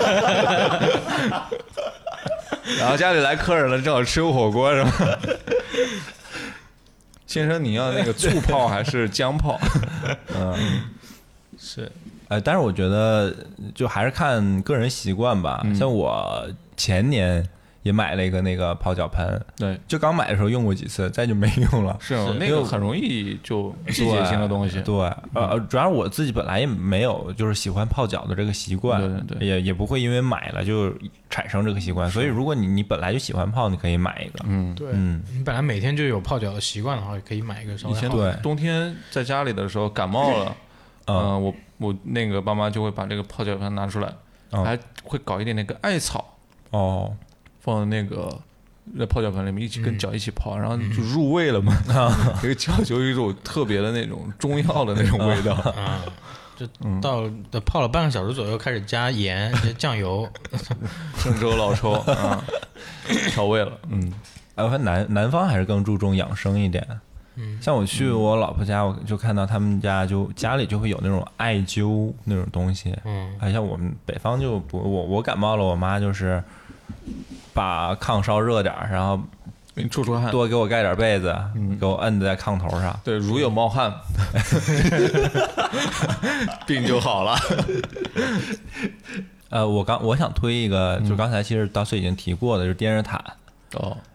然后家里来客人了，正好吃个火锅是吧？先生，你要那个醋泡还是姜泡？ 嗯， 是。 呃，但是我觉得就还是看个人习惯吧。 嗯、 像我前年。也买了一个那个泡脚盆， 对， 就刚买的时候用过几次，再就没用了。 是啊，那个很容易就季节性的东西。 对，呃，主要是我自己本来也没有就是喜欢泡脚的这个习惯， 对对对， 也也不会因为买了就产生这个习惯。所以如果你你本来就喜欢泡，你可以买一个。 嗯， 对， 嗯， 你本来每天就有泡脚的习惯的话，可以买一个稍微好。 以前对冬天在家里的时候感冒了，嗯、呃，我我那个爸妈就会把这个泡脚盆拿出来， 嗯、 还会搞一点那个艾草哦， 放在那个。在泡脚盆里面一起跟脚一起泡，嗯、然后就入味了嘛。这、嗯、个脚就有一种特别的那种中药的那种味道啊。就到泡了半个小时左右，开始加盐、酱油、 生抽、老抽啊，调味了。嗯， 哎，我看南南方还是更注重养生一点。 嗯， 像我去我老婆家，我就看到他们家就家里就会有那种艾灸那种东西。 嗯， 好像我们北方就不，我我感冒了，我妈就是把炕烧热点，然后给你出出汗， 多给我盖点被子， 嗯、 给我摁在炕头上。 对，如有冒汗，病就好了。 呃，我刚我想推一个，就刚才其实当时已经提过的，就是电热毯。 哦，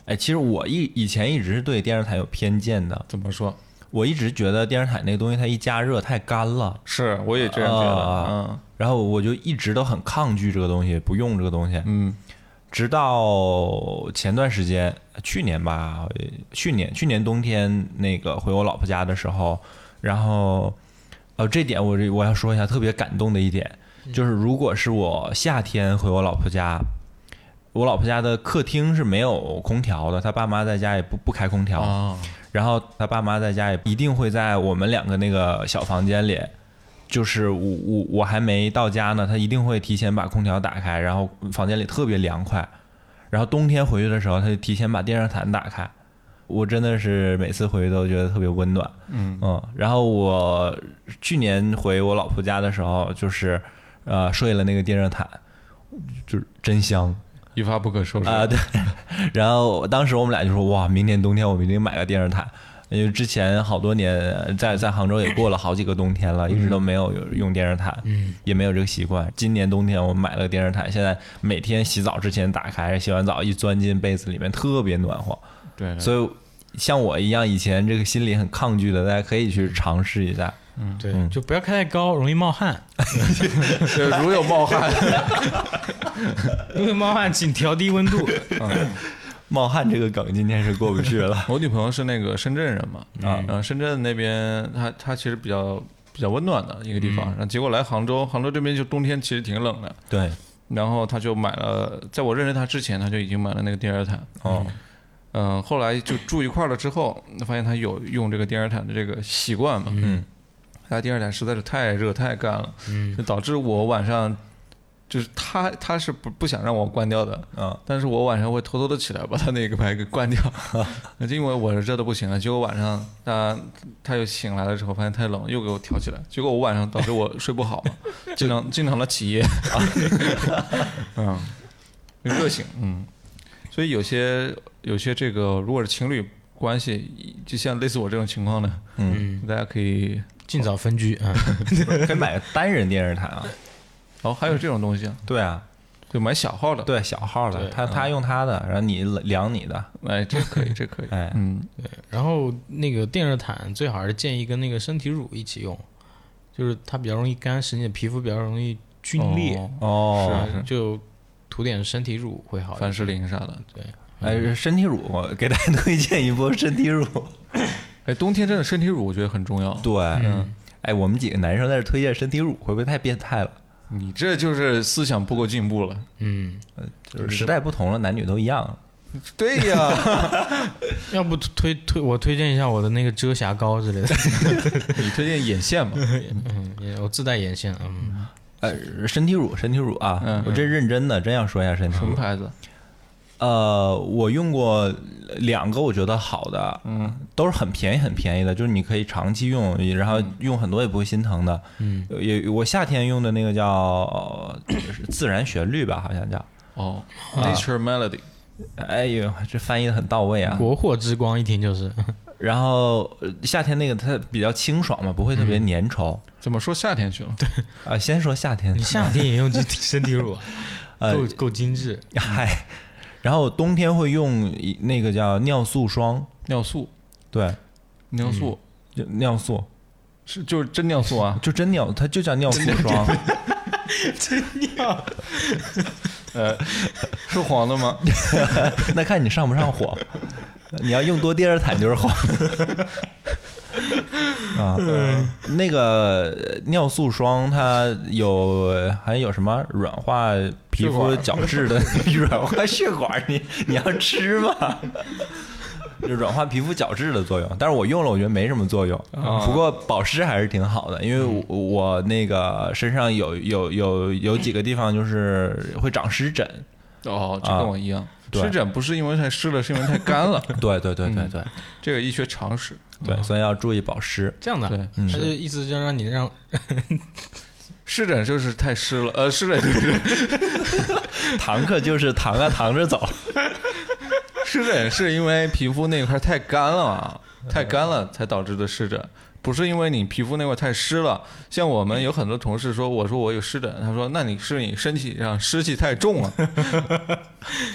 哎，其实我以以前一直是对电热毯有偏见的。 怎么说？ 我一直觉得电热毯那个东西它一加热太干了， 是，我也这样觉得。 呃、 嗯， 然后我就一直都很抗拒这个东西，不用这个东西。 嗯， 直到前段时间，去年吧，去年去年冬天那个回我老婆家的时候，然后呃这点我我要说一下特别感动的一点，就是如果是我夏天回我老婆家。我老婆家的客厅是没有空调的，她爸妈在家也不不开空调， 哦、 然后她爸妈在家也一定会在我们两个那个小房间里，就是我我我还没到家呢，他一定会提前把空调打开，然后房间里特别凉快，然后冬天回去的时候，他就提前把电热毯打开，我真的是每次回去都觉得特别温暖， 嗯嗯，然后我去年回我老婆家的时候，就是呃睡了那个电热毯，就是真香。 一发不可收拾啊、呃！对，然后当时我们俩就说：“哇，明年冬天我们一定买个电热毯，因为之前好多年在在杭州也过了好几个冬天了，一直都没有用电热毯， 嗯， 也没有这个习惯。今年冬天我们买了个电热毯，现在每天洗澡之前打开，洗完澡一钻进被子里面，特别暖和。 对，对所以像我一样以前这个心里很抗拒的，大家可以去尝试一下。 嗯，对，嗯、就不要开太高，容易冒汗。 如有冒汗， 如有冒汗，请调低温度。 嗯，冒汗这个梗今天是过不去了。 我女朋友是那个深圳人嘛，啊、嗯，然后深圳那边她她其实比较比较温暖的一个地方，嗯、然后结果来杭州，杭州这边就冬天其实挺冷的。 对， 然后她就买了，在我认识她之前，她就已经买了那个电热毯。 哦。 嗯、呃，后来就住一块了之后，发现她有用这个电热毯的这个习惯嘛。 嗯。 他电热毯实在是太热太干了， 嗯， 就导致我晚上就是他他是不不想让我关掉的， 嗯， 但是我晚上会偷偷的起来把他那个牌给关掉，因为我热的不行了。结果晚上他他又醒来了之后发现太冷，又给我调起来，结果我晚上导致我睡不好嘛，经常经常的起夜，嗯，热醒，嗯，所以有些有些这个如果是情侣关系，就像类似我这种情况的，嗯，大家可以。 尽早分居啊， 可以买个单人电热毯啊。 哦，还有这种东西啊？ 对啊， 就买小号的。 对，小号的，他他用他的，然后你量你的。 哎，这可以，这可以。 哎， 嗯， 对。然后那个电热毯最好是建议跟那个身体乳一起用，就是它比较容易干，使你的皮肤比较容易皲裂。 哦， 是，就涂点身体乳会好一点。 凡士林啥的。 对。 哎，身体乳，我给大家推荐一波身体乳。 哎，冬天真的身体乳我觉得很重要。 对，嗯，哎，我们几个男生在这推荐身体乳，会不会太变态了？ 你这就是思想不够进步了。 嗯， 就是时代不同了，男女都一样。 对呀， 要不推推我推荐一下我的那个遮瑕膏之类的。 你推荐眼线嘛？ 嗯，我自带眼线。嗯， 呃，身体乳，身体乳啊， 嗯、 我这认真的，真想说一下身体乳。 什么牌子？ 呃，我用过两个，我觉得好的， 嗯， 都是很便宜很便宜的，就是你可以长期用，然后用很多也不会心疼的。 嗯， 也我夏天用的那个叫、呃、自然旋律吧，好像叫哦、啊、，Nature Melody。 哎呦，这翻译的很到位啊！ 国货之光，一听就是。 然后夏天那个它比较清爽嘛，不会特别粘稠。 嗯、怎么说夏天去了？ 对啊，先说夏天。 你夏天也用身体乳啊？ 呃、 够够精致。 嗨。然后冬天会用那个叫尿素霜， 尿素， 对， 尿素， 嗯、尿素是就是真尿素啊， 就真尿，它就叫尿素霜， 真尿， 呃，是黄的吗？ 那看你上不上火，你要用多电热毯就是黄的。啊，嗯、那个尿素霜它有还有什么软化皮肤角质的软化血管，你你要吃吗？就软化皮肤角质的作用，但是我用了我觉得没什么作用， 啊、 不过保湿还是挺好的，因为我我那个身上有有有有几个地方就是会长湿疹。 哦，就跟我一样， 啊、 湿疹不是因为太湿了，是因为太干了。 对对对对对，嗯、 这个医学常识。 对，所以要注意保湿。 这样的， 对， 他就意思就让你让湿疹就是太湿了，呃，湿疹就是堂客就是躺啊躺着走。 湿疹是因为皮肤那块太干了嘛，太干了才导致的湿疹。不是因为你皮肤那块太湿了，像我们有很多同事说，我说我有湿疹，他说那你是你身体上湿气太重了。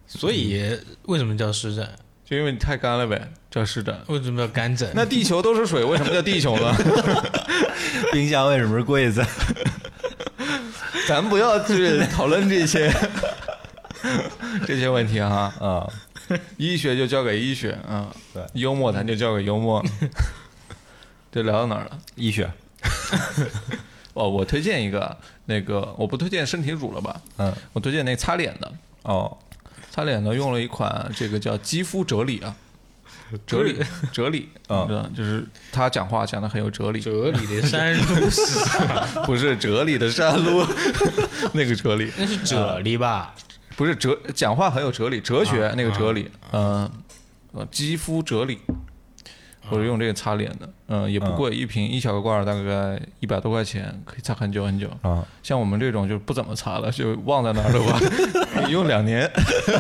所以为什么叫湿疹？ 就因为你太干了呗，叫湿疹。 为什么叫干疹？ 那地球都是水，为什么叫地球呢？ 冰箱为什么是柜子？ 咱不要去讨论这些这些问题哈。 啊， 医学就交给医学啊， 对， 幽默咱就交给幽默。这聊到哪儿了？ 医学。 哦，我推荐一个，那个我不推荐身体乳了吧？ 嗯， 我推荐那擦脸的。 哦， 擦脸的用了一款这个叫肌肤啫喱啊，啫喱啫喱啊，就是他讲话讲的很有哲理。 哲理的山路是不是哲理的山路，那个哲理， 那是啫喱吧？ 不是哲，讲话很有哲理，哲学那个哲理，嗯，呃，肌肤啫喱。我是用这个擦脸的，嗯，也不贵，一瓶一小罐大概一百多块钱，可以擦很久很久。啊，像我们这种就不怎么擦了，就忘在那儿的话，可以用两年。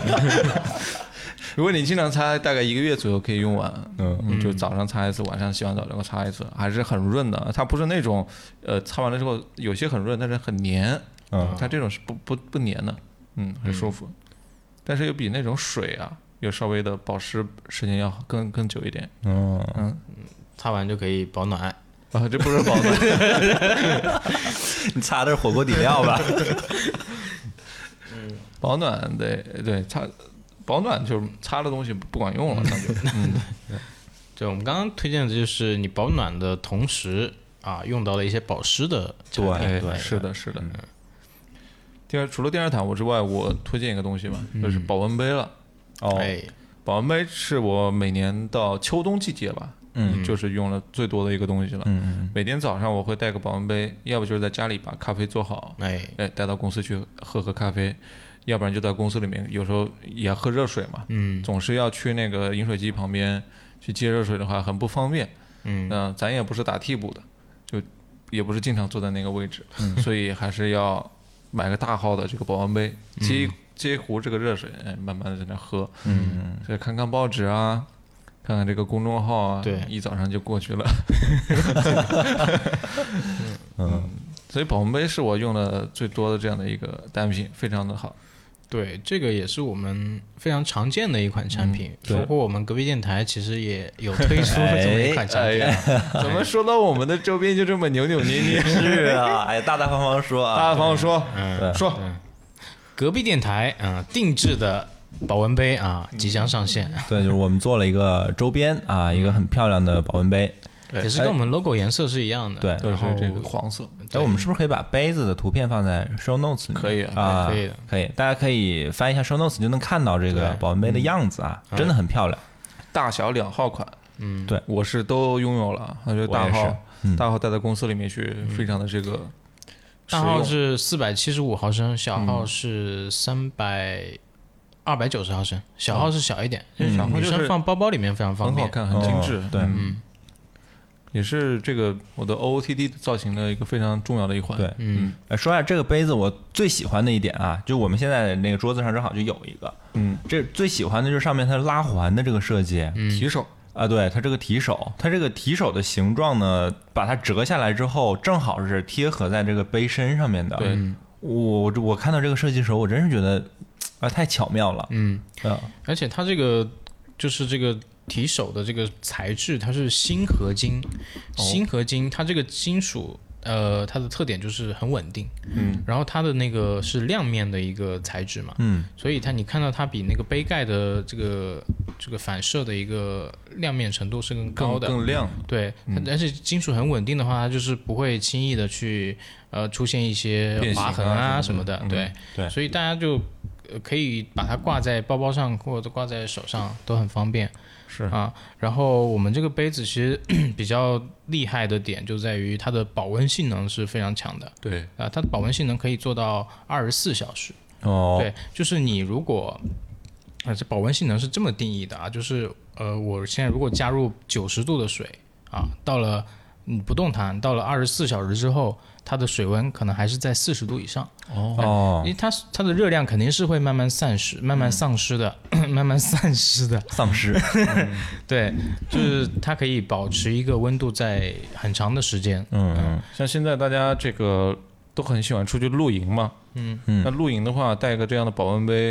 如果你经常擦，大概一个月左右可以用完。嗯，就早上擦一次，晚上洗完澡然后擦一次，还是很润的。它不是那种，呃，擦完了之后有些很润，但是很黏。嗯，它这种是不不不黏的，嗯，很舒服。但是又比那种水啊。有稍微的保湿时间要更更久一点，嗯嗯， 擦完就可以保暖啊，这不是保暖， 你擦的是火锅底料吧？ 嗯，保暖对对，擦保暖就是擦的东西不管用了，那就嗯， 对，我们刚刚推荐的就是你保暖的同时啊，用到了一些保湿的产品， 对对，是的，是的。第二，除了电热毯之外，我推荐一个东西吧，就是保温杯了。 哦， 保温杯是我每年到秋冬季节吧，嗯，就是用了最多的一个东西了。嗯，每天早上我会带个保温杯，要不就是在家里把咖啡做好，哎哎，带到公司去喝喝咖啡，要不然就在公司里面，有时候也喝热水嘛，嗯，总是要去那个饮水机旁边去接热水的话，很不方便。嗯，那咱也不是打替补的，就也不是经常坐在那个位置，嗯，所以还是要买个大号的这个保温杯，接。接一壶这个热水，哎，慢慢的在那喝，嗯，再看看报纸啊，看看这个公众号啊， 对， 一早上就过去了。嗯，所以保温杯是我用的最多的这样的一个单品，非常的好。 对，这个也是我们非常常见的一款产品，包括我们隔壁电台其实也有推出这么一款产品。 怎么说到我们的周边就这么扭扭捏捏？ 是啊，哎，大大方方说啊， 大大方方说， 嗯， 说。 隔壁电台啊、呃，定制的保温杯啊，即将上线。 对，就是我们做了一个周边啊，一个很漂亮的保温杯， 也是跟我们 logo 颜色是一样的， 对， 都是这个黄色。 哎，我们是不是可以把杯子的图片放在 show notes 里面？ 可以啊， 可以的， 可以，大家可以翻一下 show notes 就能看到这个保温杯的样子啊，真的很漂亮， 大小两号款。 嗯，对， 我是都拥有了，我觉得大号，大号带到公司里面去，非常的这个。 大号是四百七十五毫升，小号是三百二百九十毫升，小号是小一点， 嗯、小号女生放包包里面非常方便， 很好看，很精致。 哦、对， 嗯， 也是这个我的 O O T D 造型的一个非常重要的一环。 对，嗯，说一下这个杯子我最喜欢的一点啊，就我们现在那个桌子上正好就有一个，嗯，这最喜欢的就是上面它拉环的这个设计， 嗯、 提手。 啊，对，它这个提手，它这个提手的形状呢，把它折下来之后，正好是贴合在这个杯身上面的。 对， 我我看到这个设计的时候，我真是觉得啊，太巧妙了。 嗯啊，而且它这个就是这个提手的这个材质，它是锌合金，锌合金，它这个金属。呃，它的特点就是很稳定，嗯，然后它的那个是亮面的一个材质嘛，嗯，所以它你看到它比那个杯盖的这个这个反射的一个亮面程度是更高的， 更, 更亮， 对，嗯、但是金属很稳定的话，它就是不会轻易的去呃出现一些划痕啊什么的， 嗯、 对对， 所以大家就可以把它挂在包包上或者挂在手上都很方便。 是啊，然后我们这个杯子其实比较厉害的点就在于它的保温性能是非常强的。 对啊，它的保温性能可以做到二十四小时。 哦， 对，就是你如果啊，这保温性能是这么定义的啊，就是呃，我现在如果加入九十度的水啊，到了你不动弹，到了二十四小时之后，它的水温可能还是在四十度以上。 哦， 因为它它的热量肯定是会慢慢散失、慢慢丧失的、嗯、慢慢散失的。 丧失。 嗯、对，就是它可以保持一个温度在很长的时间。 嗯嗯，像现在大家这个都很喜欢出去露营嘛。嗯嗯，那露营的话，带个这样的保温杯，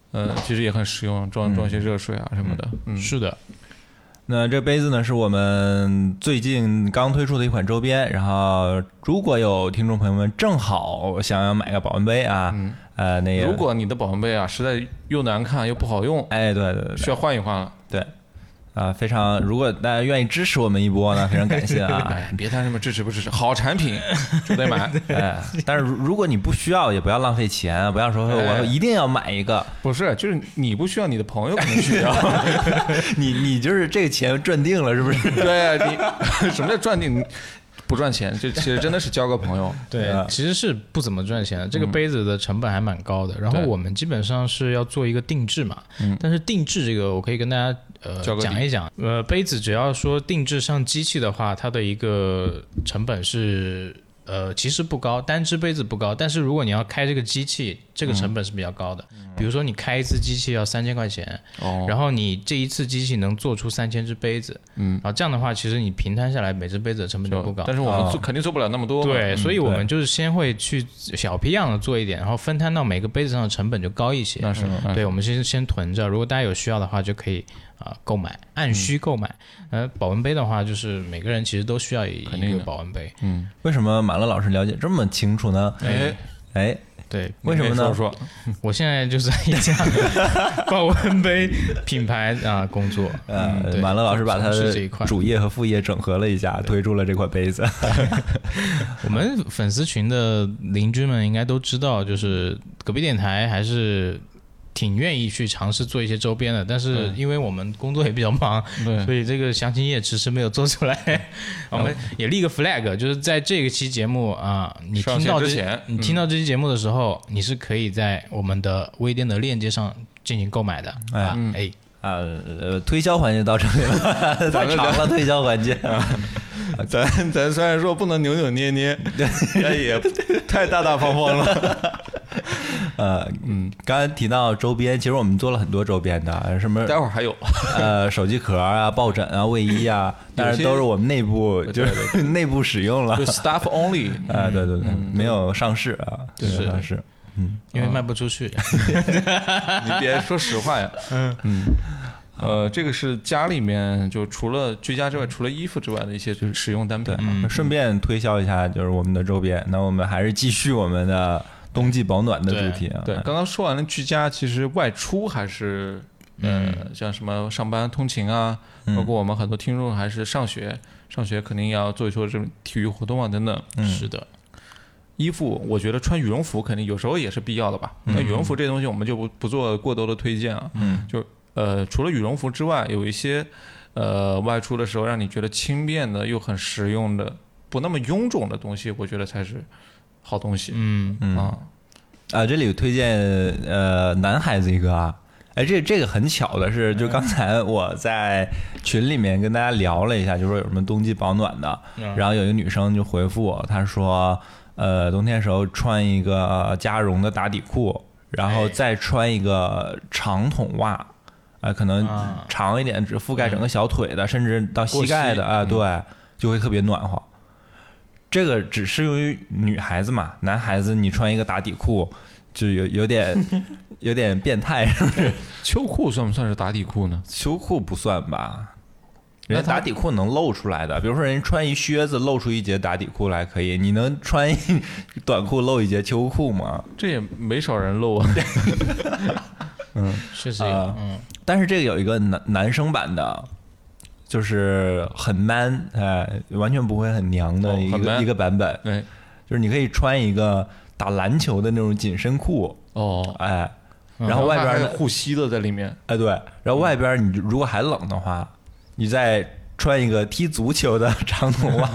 呃，其实也很实用，装装些热水啊什么的。嗯， 是的。 那这杯子呢，是我们最近刚推出的一款周边。然后，如果有听众朋友们正好想要买个保温杯啊，嗯、呃，那个， 如果你的保温杯啊实在又难看又不好用， 哎，对对对， 需要换一换了。 对。啊，非常！如果大家愿意支持我们一波呢，非常感谢啊！ 哎，别谈什么支持不支持，好产品就得买。 哎，但是如果你不需要，也不要浪费钱，不要说我一定要买一个。 不是，就是你不需要，你的朋友可能需要。 你你就是这个钱赚定了，是不是？ 对啊，你什么叫赚定？不赚钱，这其实真的是交个朋友。 对，其实是不怎么赚钱的。这个杯子的成本还蛮高的，然后我们基本上是要做一个定制嘛。嗯。但是定制这个，我可以跟大家呃讲一讲。呃，杯子只要说定制上机器的话，它的一个成本是呃其实不高，单只杯子不高。但是如果你要开这个机器，这个成本是比较高的。嗯、比如说你开一次机器要三千块钱，哦，然后你这一次机器能做出三千只杯子，嗯，然后这样的话，其实你平摊下来每只杯子的成本就不高。 但是我们做、哦、肯定做不了那么多。 对，所以我们就是先会去小批量的做一点，然后分摊到每个杯子上的成本就高一些。 那是， 嗯、对，我们先先囤着，如果大家有需要的话就可以啊、呃、购买，按需购买。呃、嗯，保温杯的话，就是每个人其实都需要一个保温杯。 嗯，为什么马乐老师了解这么清楚呢？ 哎哎。 对， 为什么呢？ 说说， 我现在就是在一家保温杯品牌啊工作。 呃，嗯、马乐老师把他的主业和副业整合了一下，推出了这款杯子。 我们粉丝群的邻居们应该都知道，就是隔壁电台还是挺愿意去尝试做一些周边的，但是因为我们工作也比较忙，所以这个详情页迟迟没有做出来。我们也立个 flag， 就是在这个期节目啊，你听到之前， 你听到这期节目的时候，嗯、你是可以在我们的微店的链接上进行购买的。哎啊， 嗯、哎啊呃，推销环节到这里了，太长了，推销环节。 咱咱虽然说不能扭扭捏捏，但也太大大方方了。 呃嗯，刚才提到周边，其实我们做了很多周边的，什么待会儿还有呃手机壳啊、抱枕啊、卫衣啊，但是都是我们内部就是内部使用了， 就 staff only 啊、呃，对对对，嗯、没有上市啊，没有上市， 嗯，因为卖不出去。 你别说实话呀，嗯嗯。呃，这个是家里面就除了居家之外，除了衣服之外的一些使用单品。 嗯，顺便推销一下，就是我们的周边。那我们还是继续我们的冬季保暖的主题啊。 对，对刚刚说完了居家，其实外出还是，嗯、呃，像什么上班通勤啊，包括我们很多听众还是上学，上学肯定要做一做这种体育活动啊等等。 嗯，是的。 衣服，我觉得穿羽绒服肯定有时候也是必要的吧。那、嗯、羽绒服这东西我们就不不做过多的推荐啊。嗯，就。呃，除了羽绒服之外，有一些呃外出的时候让你觉得轻便的又很实用的、不那么臃肿的东西，我觉得才是好东西。 嗯嗯啊啊，这里有推荐呃男孩子一个啊，哎，这这个很巧的是，就刚才我在群里面跟大家聊了一下，就说有什么冬季保暖的，嗯、然后有一个女生就回复我，她说呃冬天时候穿一个加绒的打底裤，然后再穿一个长筒袜。啊、呃，可能长一点，只覆盖整个小腿的，嗯、甚至到膝盖的啊、呃，对，就会特别暖和。这个只适用于女孩子嘛，男孩子你穿一个打底裤，就有有点有点变态，是不是？ 秋裤算不算是打底裤呢？ 秋裤不算吧，人家打底裤能露出来的，比如说人家穿一靴子露出一截打底裤来可以，你能穿一短裤露一截秋裤吗？ 这也没少人露啊。 嗯， 是这样。嗯， 但是这个有一个男男生版的，就是很 man， 哎，完全不会很娘的一个、哦、一个版本。 对， 就是你可以穿一个打篮球的那种紧身裤。 哦， 哎，然后外边还护膝的在里面。 哎，对，然后外边你如果还冷的话，你再穿一个踢足球的长筒袜。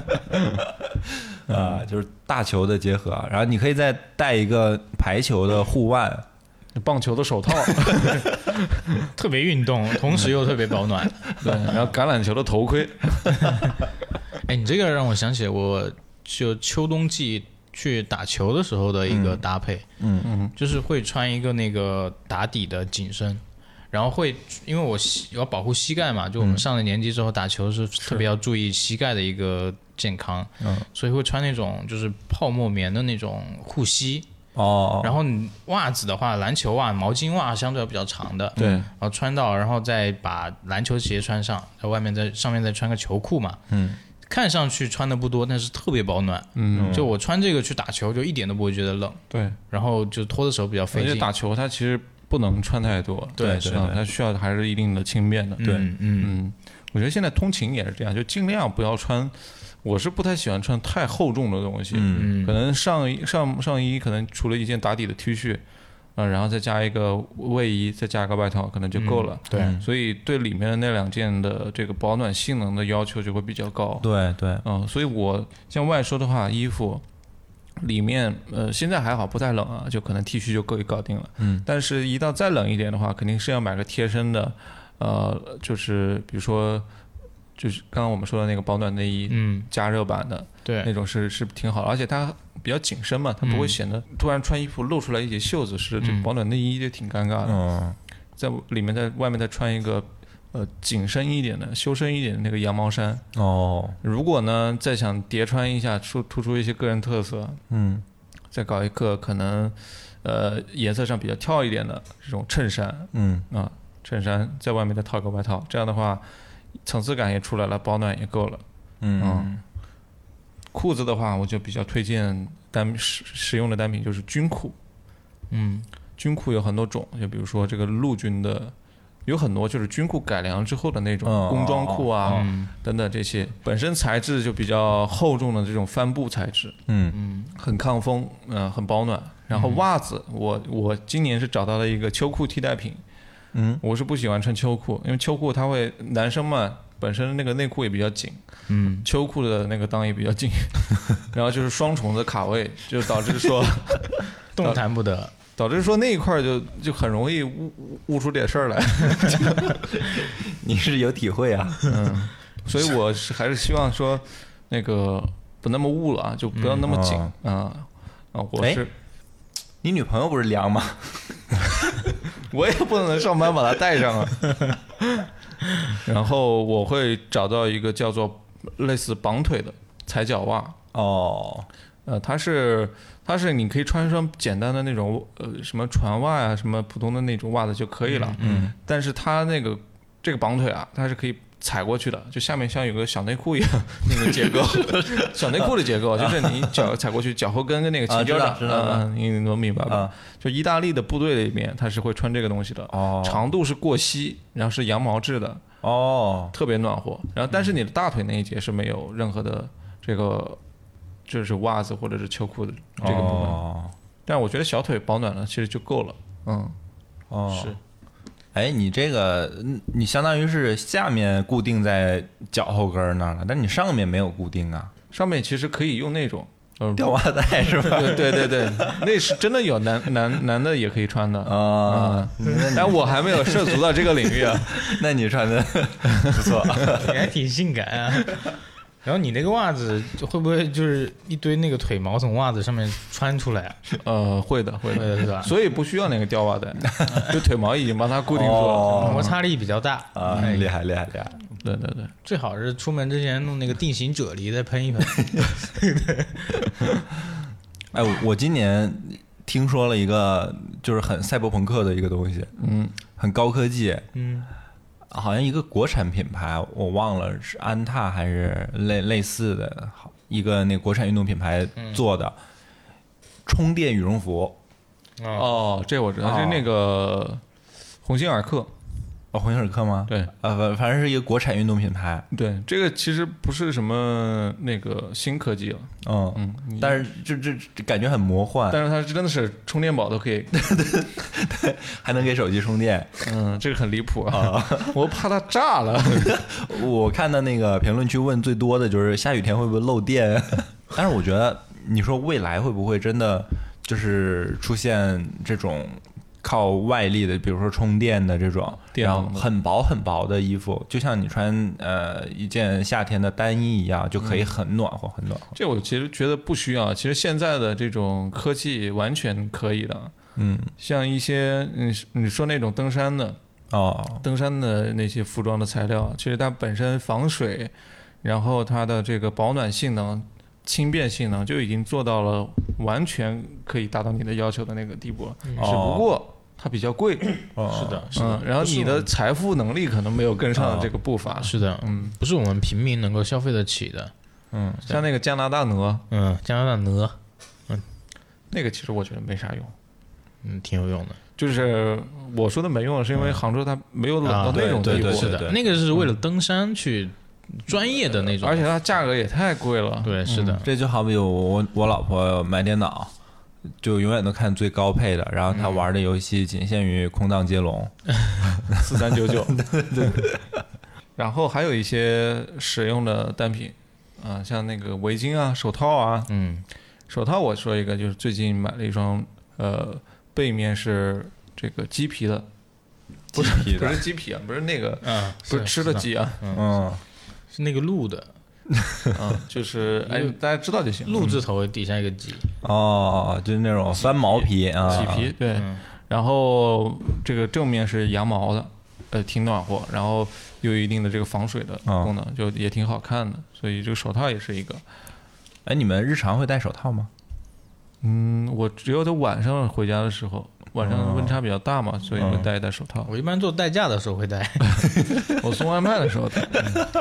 啊，就是大球的结合，然后你可以再戴一个排球的护腕。 棒球的手套， 特别运动，同时又特别保暖。 对，然后橄榄球的头盔。 哎，你这个让我想起我就秋冬季去打球的时候的一个搭配， 嗯嗯， 就是会穿一个那个打底的紧身，然后会因为我要保护膝盖嘛，就我们上了年纪之后打球是特别要注意膝盖的一个健康， 嗯， 所以会穿那种就是泡沫棉的那种护膝。 哦， 然后你袜子的话，篮球袜、毛巾袜相对比较长的， 对， 然后穿到，然后再把篮球鞋穿上，在外面再上面再穿个球裤嘛， 嗯， 看上去穿的不多，但是特别保暖， 嗯， 就我穿这个去打球，就一点都不会觉得冷， 对， 然后就脱的时候比较费劲。 而且打球它其实不能穿太多， 对对嗯，它需要还是一定的轻便的， 对，嗯嗯， 嗯，我觉得现在通勤也是这样，就尽量不要穿。我是不太喜欢穿太厚重的东西， 嗯， 可能上衣上上衣可能除了一件打底的 T 恤，嗯、呃，然后再加一个卫衣，再加一个外套，可能就够了。 嗯、对， 所以对里面的那两件的这个保暖性能的要求就会比较高。 对对， 嗯，所以我像外收的话，衣服里面呃现在还好不太冷啊，就可能 T 恤就够以搞定了。 嗯， 但是一到再冷一点的话，肯定是要买个贴身的，呃，就是比如说。就是刚刚我们说的那个保暖内衣， 嗯， 加热版的， 对， 那种是是挺好的，而且它比较紧身嘛，它不会显得突然穿衣服露出来一截袖子，是这保暖内衣就挺尴尬的。 嗯， 在里面在外面再穿一个呃紧身一点的、修身一点的那个羊毛衫。 哦， 如果呢再想叠穿一下，突突出一些个人特色， 嗯， 再搞一个可能呃颜色上比较跳一点的这种衬衫， 嗯啊，衬衫在外面再套个外套，这样的话。层次感也出来了，保暖也够了。 嗯， 嗯裤子的话，我就比较推荐单实实用的单品，就是军裤。 嗯， 军裤有很多种，就比如说这个陆军的，有很多就是军裤改良之后的那种工装裤啊， 嗯、 等等这些，本身材质就比较厚重的这种帆布材质。 嗯嗯， 很抗风，嗯、呃，很保暖。然后袜子，我我今年是找到了一个秋裤替代品。 嗯， 我是不喜欢穿秋裤，因为秋裤它会男生嘛，本身那个内裤也比较紧， 嗯， 秋裤的那个裆也比较紧，然后就是双重的卡位，就导致说动弹不得， 导致说那一块就就很容易悟悟出点事儿来。 你是有体会啊， 嗯，所以我是还是希望说那个不那么悟了啊，就不要那么紧啊、 嗯啊、嗯！我是。 你女朋友不是凉吗？ 我也不能上班把它带上啊。然后我会找到一个叫做类似绑腿的踩脚袜。 哦， 呃，它是它是你可以穿一双简单的那种呃什么船袜呀、啊，什么普通的那种袜子就可以了。 嗯。嗯但是它那个这个绑腿啊，它是可以踩过去的，就下面像有个小内裤一样那个结构，小内裤的结构，就是你脚踩过去，脚后跟跟那个齐边的， 知道， 嗯，你能明白吧？ 啊、 就意大利的部队里面，他是会穿这个东西的， 哦， 长度是过膝，然后是羊毛质的， 哦， 特别暖和。然后，但是你的大腿那一节是没有任何的这个，就是袜子或者是秋裤的这个部分。 哦， 但我觉得小腿保暖了，其实就够了。嗯， 哦， 是。 哎，你这个你相当于是下面固定在脚后跟那儿了，但你上面没有固定啊？ 上面其实可以用那种呃吊袜带是吧？ 对对对，那是真的有男男男的也可以穿的啊、 嗯，但我还没有涉足到这个领域啊。 那你穿的不错， 你还挺性感啊。然后你那个袜子会不会就是一堆那个腿毛从袜子上面穿出来啊？ 呃，会的，会的， 会的是吧？ 所以不需要那个吊袜带，就腿毛已经帮它固定住了， 哦、 摩擦力比较大啊，哎、厉害厉害厉害！ 对对对， 最好是出门之前弄那个定型啫喱再喷一喷。 哎，我今年听说了一个就是很赛博朋克的一个东西， 嗯， 很高科技， 嗯。 好像一个国产品牌，我忘了是安踏还是类类似的，一个那国产运动品牌做的、嗯、充电羽绒服。 哦，这我知道，哦、是那个鸿星尔克。 哦，鸿星尔克吗？ 对， 呃，反反正是一个国产运动品牌。 对，这个其实不是什么那个新科技了。 嗯嗯，但是这这感觉很魔幻。 但是它真的是充电宝都可以， 对对对，还能给手机充电。 嗯，这个很离谱啊！我怕它炸了。 我看到那个评论区问最多的就是下雨天会不会漏电？但是我觉得，你说未来会不会真的就是出现这种？靠外力的，比如说充电的这种，然后很薄很薄的衣服，就像你穿呃一件夏天的单衣一样，就可以很暖和，嗯、很暖和。 这我其实觉得不需要，其实现在的这种科技完全可以的。 嗯， 像一些你你说那种登山的哦， 登山的那些服装的材料，其实它本身防水，然后它的这个保暖性能轻便性能就已经做到了完全可以达到你的要求的那个地步了， 嗯、 只不过它比较贵。 哦、 是的，是的。 嗯，然后你的财富能力可能没有跟上这个步伐。 是的，嗯，不是我们平民能够消费得起的。 嗯，像那个加拿大鹅， 嗯，加拿大鹅，嗯， 那个其实我觉得没啥用。 嗯，挺有用的。 就是我说的没用，是因为杭州它没有冷到那种地步。 是的，那个是为了登山去。专业的那种， 而且它价格也太贵了。 对，是的， 嗯、这就好比我我老婆买电脑，就永远都看最高配的，然后她玩的游戏仅限于空荡接龙， 四三九九。对对对。然后还有一些实用的单品，啊、呃，像那个围巾啊、手套啊。 嗯， 手套我说一个，就是最近买了一双，呃，背面是这个鸡皮的，不是不是鸡皮啊，不是那个， 嗯， 不是吃的鸡啊， 嗯。 是那个鹿的， 嗯，就是哎，大家知道就行。 鹿字头底下一个鸡， 哦，就是那种翻毛皮啊， 麂皮对。嗯、然后这个正面是羊毛的，呃，挺暖和，然后又有一定的这个防水的功能，哦、就也挺好看的。所以这个手套也是一个。 哎，你们日常会戴手套吗？ 嗯，我只有在晚上回家的时候。晚上温差比较大嘛，所以会戴一戴手套。 我一般做代驾的时候会戴， 我送外卖的时候戴。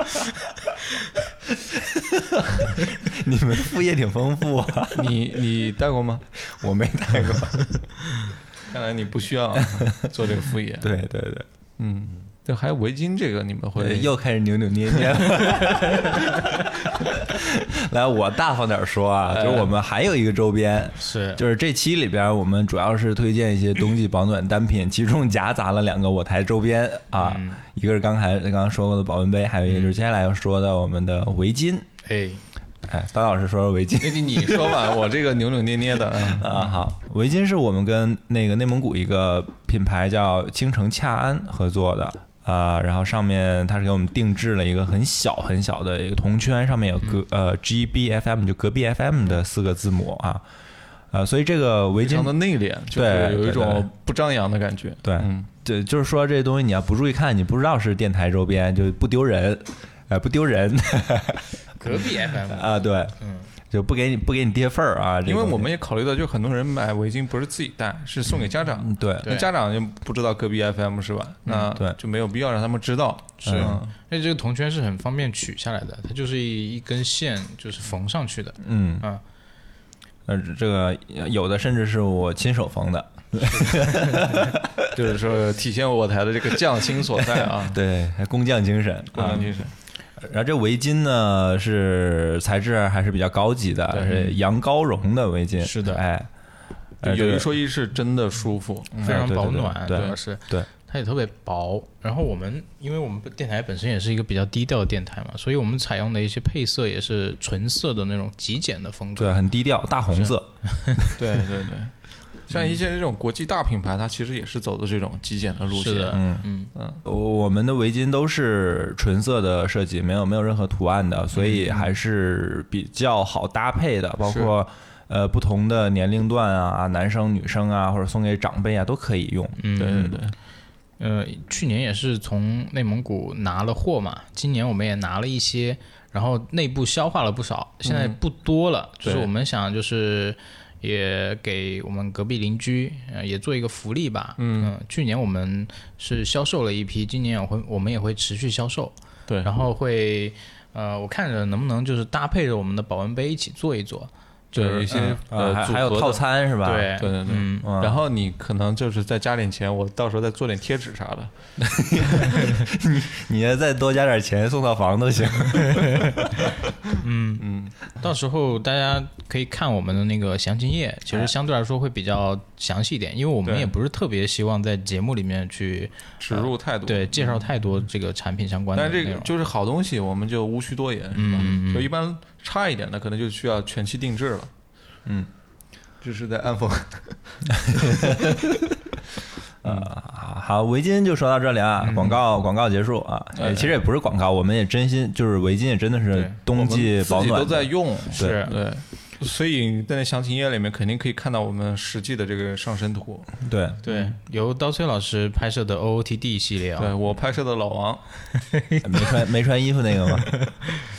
你们副业挺丰富啊！ 你你戴过吗？ 我没戴过。 看来你不需要做这个副业。 对对对， 嗯，就还有围巾这个，你们会又开始扭扭捏捏了。来，我大方点说啊，就是我们还有一个周边， 是就是这期里边我们主要是推荐一些冬季保暖单品，其中夹杂了两个我台周边啊，嗯、一个是刚才刚刚说过的保温杯，还有一个就是接下来要说的我们的围巾。 哎， 哎，刀老师说说围巾， 那你说吧，我这个扭扭捏捏的啊。好，围巾是我们跟那个内蒙古一个品牌叫青城恰安合作的。啊、呃，然后上面它是给我们定制了一个很小很小的一个铜圈，上面有隔呃 G B F M 就隔壁 F M 的四个字母啊，呃，所以这个围巾非常的内敛，就是有一种不张扬的感觉。 对，嗯，对，就是说这东西你要不注意看，你不知道是电台周边，就不丢人，呃，不丢人。 隔壁 F M 啊，对，嗯。就不给你不给你跌份儿啊， 因为我们也考虑到，就很多人买围巾不是自己戴，是送给家长。 嗯、对， 那家长就不知道隔壁 F M 是吧？那对， 就没有必要让他们知道。 是，而且这个铜圈是很方便取下来的，它就是一一根线，就是缝上去的。 嗯啊， 呃，这个有的甚至是我亲手缝的， 就是说体现我台的这个匠心所在啊。 对，工匠精神， 工匠精神。 然后这围巾呢是材质还是比较高级的，是羊羔绒的围巾。 是的， 哎， 有一说一是真的舒服， 非常保暖，主要是对， 它也特别薄。然后我们因为我们电台本身也是一个比较低调的电台嘛，所以我们采用的一些配色也是纯色的那种极简的风格， 对，很低调，大红色。 对对对。像一些这种国际大品牌，它其实也是走的这种极简的路线。 是的， 嗯嗯嗯，我们的围巾都是纯色的设计，没有没有任何图案的，所以还是比较好搭配的，包括呃不同的年龄段啊，男生女生啊，或者送给长辈啊都可以用。 嗯， 对对对。 呃，去年也是从内蒙古拿了货嘛，今年我们也拿了一些，然后内部消化了不少，现在不多了，嗯、就是我们想就是。也给我们隔壁邻居，呃，也做一个福利吧。嗯、呃，去年我们是销售了一批，今年也会我们也会持续销售。 对， 然后会，呃，我看着能不能就是搭配着我们的保温杯一起做一做。 对，一些呃还还有套餐是吧？ 对对对对。 嗯， 然后你可能就是再加点钱，我到时候再做点贴纸啥的。 你你再多加点钱送套房都行。 嗯嗯，到时候大家可以看我们的那个详情页，其实相对来说会比较详细一点，因为我们也不是特别希望在节目里面去植入太多， 呃、对，介绍太多这个产品相关的内容。 但这个就是好东西，我们就无需多言，是吧？ 嗯嗯， 就一般差一点的，可能就需要全期定制了。 嗯， 这是在暗讽。 呃，好，围巾就说到这里啊，广告广告结束啊。 嗯、 其实也不是广告，我们也真心就是围巾也真的是冬季保暖， 自己都在用， 是对。所以在那详情页里面肯定可以看到我们实际的这个上身图。 对对，由刀崔老师拍摄的 O O T D 系列啊， 对我拍摄的老王， 没穿没穿衣服那个吗？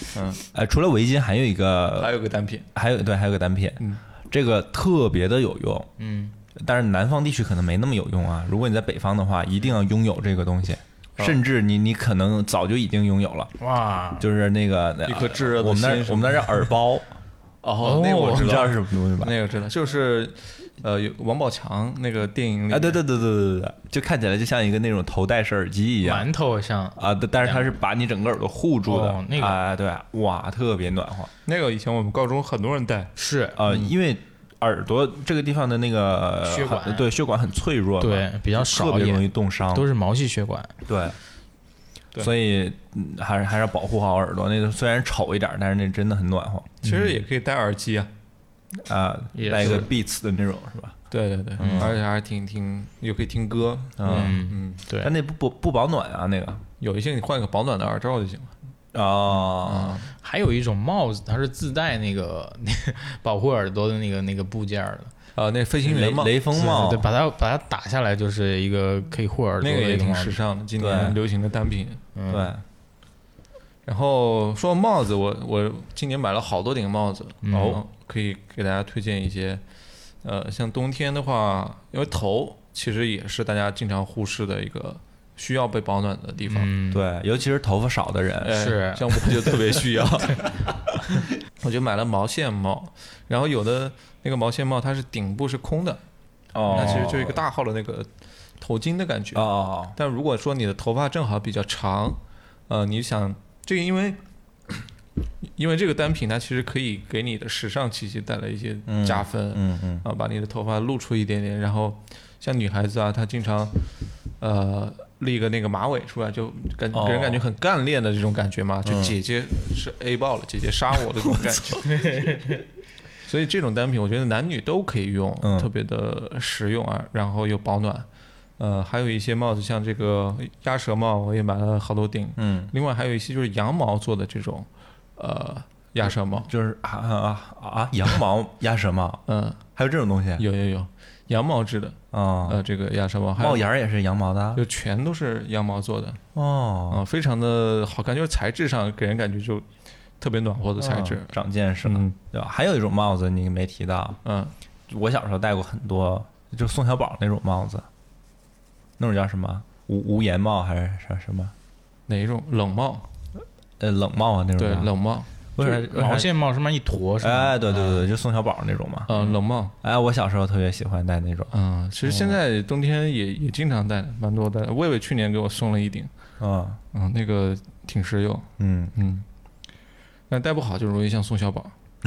嗯， 呃，除了围巾，还有一个， 还有个单品， 还有对，还有个单品， 嗯， 这个特别的有用， 嗯， 但是南方地区可能没那么有用啊。如果你在北方的话，一定要拥有这个东西，甚至你你可能早就已经拥有了。 哇， 就是那个一颗炙热的我们那心我们那叫耳包， 哦，那个我知道你知道是什么东西吧？ 那个知道，就是呃，有王宝强那个电影里啊，对对对对对对对，就看起来就像一个那种头戴式耳机一样， 馒头像啊，但是它是把你整个耳朵护住的， 哦那个啊，对，哇，特别暖和。 那个以前我们高中很多人戴， 是呃，因为耳朵这个地方的那个血管很对血管很脆弱嘛， 对比较少一点特别容易冻伤， 都是毛细血管。 对。 对所以嗯还是还是要保护好耳朵。那个虽然丑一点，但是那真的很暖和其实也可以戴耳机啊， 啊， 也戴一个是 Beats 的那种是吧？ 对对对，而且还是挺挺又可以听歌， 嗯， 嗯， 对但，那不不不保暖啊，那个有一些你换个保暖的耳罩就行了。 哦， 还有一种帽子，它是自带那个那个保护耳朵的那个那个部件的。 啊，那飞行雷员帽， 雷锋帽， 对，把它把它打下来，就是一个可以护耳朵的那个也挺一帽子时尚的，今对年流行的单品。 嗯对， 然后说帽子，我我今年买了好多顶帽子，哦，可以给大家推荐一些。呃，像冬天的话，因为头其实也是大家经常忽视的一个需要被保暖的地方。 嗯， 对，尤其是头发少的人， 哎是像我就特别需要。我就买了毛线帽，然后有的那个毛线帽它是顶部是空的， 哦， 那其实就是一个大号的那个头巾的感觉。 哦， 但如果说你的头发正好比较长，呃，你想这个因为因为这个单品它其实可以给你的时尚气息带来一些加分， 嗯嗯， 啊，把你的头发露出一点点，然后像女孩子啊，她经常呃立个那个马尾出来，就感哦给人感觉很干练的这种感觉嘛，就姐姐是 A 爆了，姐姐杀我的这种感觉。所以这种单品我觉得男女都可以用， 嗯特别的实用啊，然后又保暖。呃，还有一些帽子，像这个鸭舌帽，我也买了好多顶。 嗯， 另外还有一些就是羊毛做的这种，呃，鸭舌帽。 就是啊啊啊，羊毛鸭舌帽， 嗯， 还有这种东西有有有，羊毛制的， 啊， 呃，这个鸭舌帽，还有帽檐儿也是羊毛的啊就全都是羊毛做的， 哦， 啊，非常的好看，就是材质上给人感觉就特别暖和的材质哦。长见识了， 嗯对吧？还有一种帽子你没提到， 嗯， 我小时候戴过很多，就宋小宝那种帽子，那种叫什么无无檐帽还是什什么？ 哪一种冷帽？ 呃，冷帽啊那种对， 叫冷帽。 为啥毛线帽上面一坨是吗？ 哎，对对对，就宋小宝那种嘛。 嗯，冷帽。 哎，我小时候特别喜欢戴那种。 嗯，其实现在冬天也也经常戴的，蛮多戴的。魏魏去年给我送了一顶， 啊， 嗯，那个挺实用。 嗯， 嗯，但戴不好就容易像宋小宝。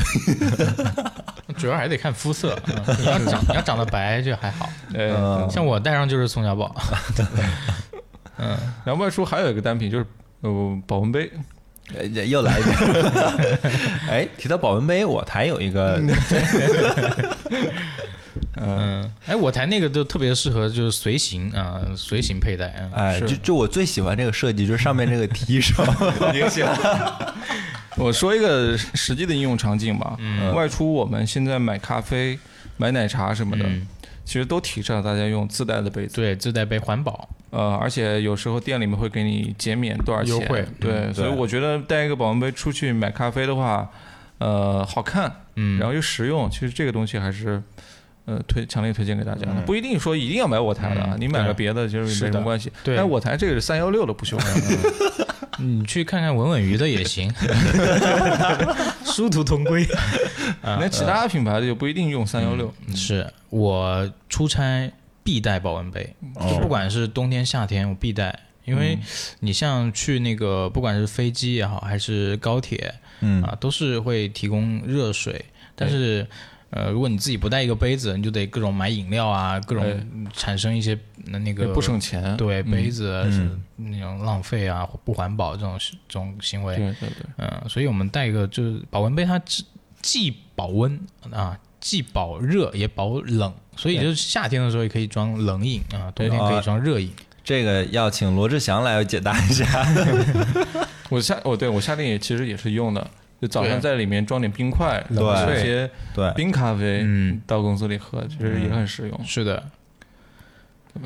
主要还得看肤色，嗯你要长你要长得白就还好， 哎， 嗯像我戴上就是宋小宝。嗯， 然后外出还有一个单品就是呃保温杯。 呃又来一遍。哎，提到保温杯，我台有一个， 嗯，哎，我台那个就特别适合就是随行啊，随行佩戴啊。 哎， 是就就我最喜欢这个设计，就是上面这个提手。 也行。我说一个实际的应用场景吧。嗯，外出我们现在买咖啡、买奶茶什么的， 嗯其实都提倡大家用自带的杯子。 对，自带杯环保。 呃，而且有时候店里面会给你减免多少钱优惠对，所以对我觉得带一个保温杯出去买咖啡的话，呃，好看， 嗯， 然后又实用，其实这个东西还是。呃，推强烈推荐给大家的， 嗯不一定说一定要买我台的， 嗯你买个别的其实没是的什么关系。 对但是我台这个是三幺六的不锈钢， 你去看看文文鱼的也行，殊途同归。 那其他品牌的就不一定用三幺六。 是我出差必带保温杯，就不管是冬天夏天我必带，因为你像去那个不管是飞机也好还是高铁， 嗯啊，都是会提供热水，但是。呃，如果你自己不带一个杯子，你就得各种买饮料啊，各种产生一些那那个不省钱。 对，杯子嗯是那种浪费啊，不环保这种这种行为。 对对对， 嗯，所以我们带一个就是保温杯，它既既保温啊，既保热也保冷，所以就是夏天的时候也可以装冷饮啊，冬天可以装热饮。 这个要请罗志祥来解答一下。 我夏哦，对我夏天也其实也是用的。就早上在里面装点冰块， 对冷一些对冰咖啡， 嗯， 到公司里喝，其实也很实用。 是的，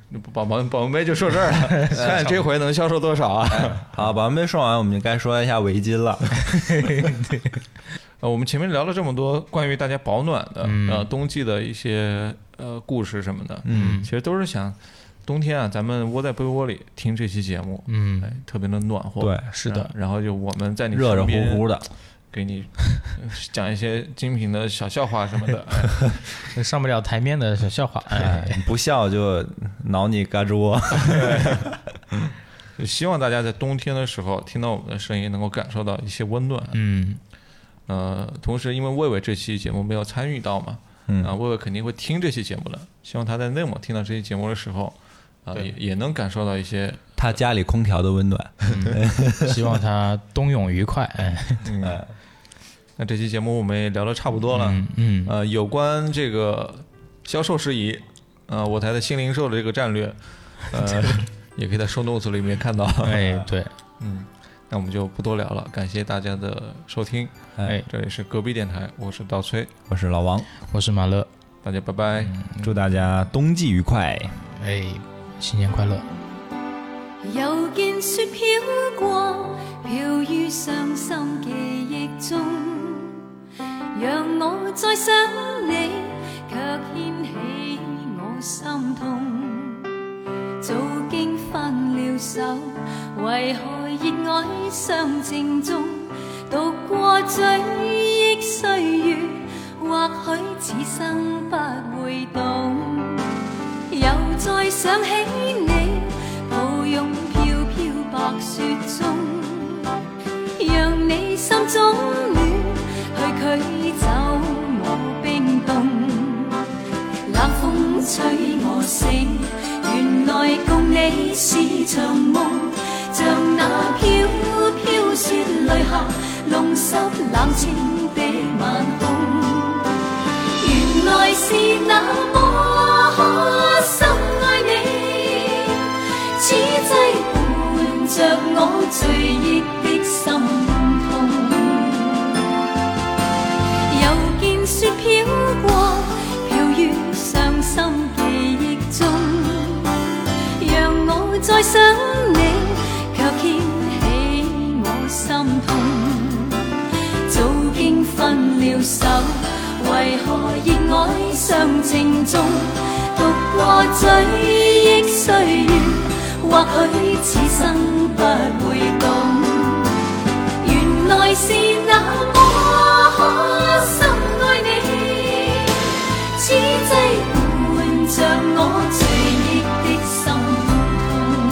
保温保温杯就说这儿了，看这回能销售多少啊？ 好，保温杯说完，我们就该说一下围巾了。 呃，我们前面聊了这么多关于大家保暖的、 嗯、 呃冬季的一些呃故事什么的， 嗯， 其实都是想冬天啊，咱们窝在被窝里听这期节目， 嗯， 哎，特别的暖和。 对， 是的。 然后就我们在你热热乎乎的， 给你讲一些精品的小笑话什么的， 哎、上不了台面的小笑话，哎， 不笑就挠你嘎吱窝。 就希望大家在冬天的时候听到我们的声音，能够感受到一些温暖。 嗯， 呃，同时因为魏魏这期节目没有参与到嘛， 嗯， 啊，魏魏肯定会听这期节目的，希望他在内蒙听到这期节目的时候，啊，也也能感受到一些他家里空调的温暖。 嗯、希望他冬泳愉快。哎， 嗯，那这期节目我们也聊得差不多了。 嗯，嗯呃，有关这个销售事宜，呃，我台的新零售的这个战略，呃。也可以在show notes里面看到。 哎，对， 嗯，那我们就不多聊了，感谢大家的收听。 哎， 这里是隔壁电台，我是刀崔， 我是老王， 我是马乐， 大家拜拜， 嗯、祝大家冬季愉快， 哎，新年快乐。 又見雪飄過，飄於傷心記憶中，讓我再想你，卻掀起我心痛。早經分了手，為何熱愛相正中？讀過追憶歲月，或許此生不會懂。又再想起你，抱擁飄飄白雪中，讓你心中暖，去驅走我冰凍。冷風吹我醒，原來共你是場夢，像那飄飄雪淚下弄濕冷清的晚空。原來是那麼深愛你，此際伴着我醉憶的心痛。又見雪飄過，飄於傷心記憶中，讓我再想你，卻掀起我心痛。早經分了手，為何熱愛相正中？讀過追憶歲月，或許此生不會懂。原來是那麼深愛你，此際伴着我醉憶的心痛。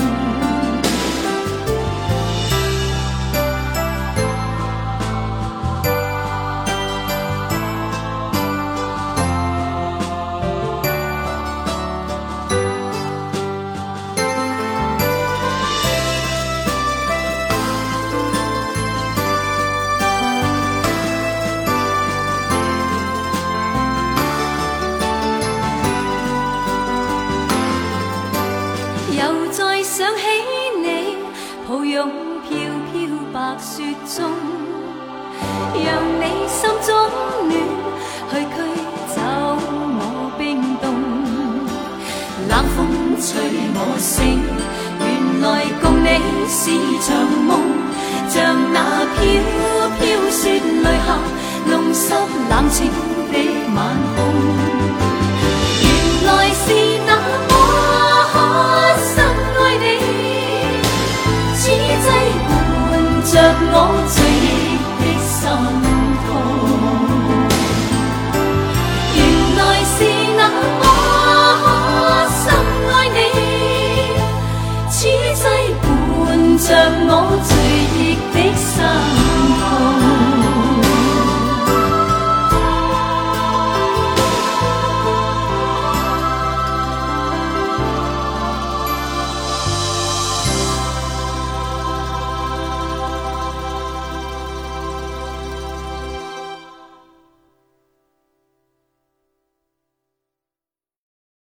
又再想起你，抱擁飄飄白雪中，讓你心中暖，去驅走我冰凍。冷風吹我醒，原來共你是場夢，像那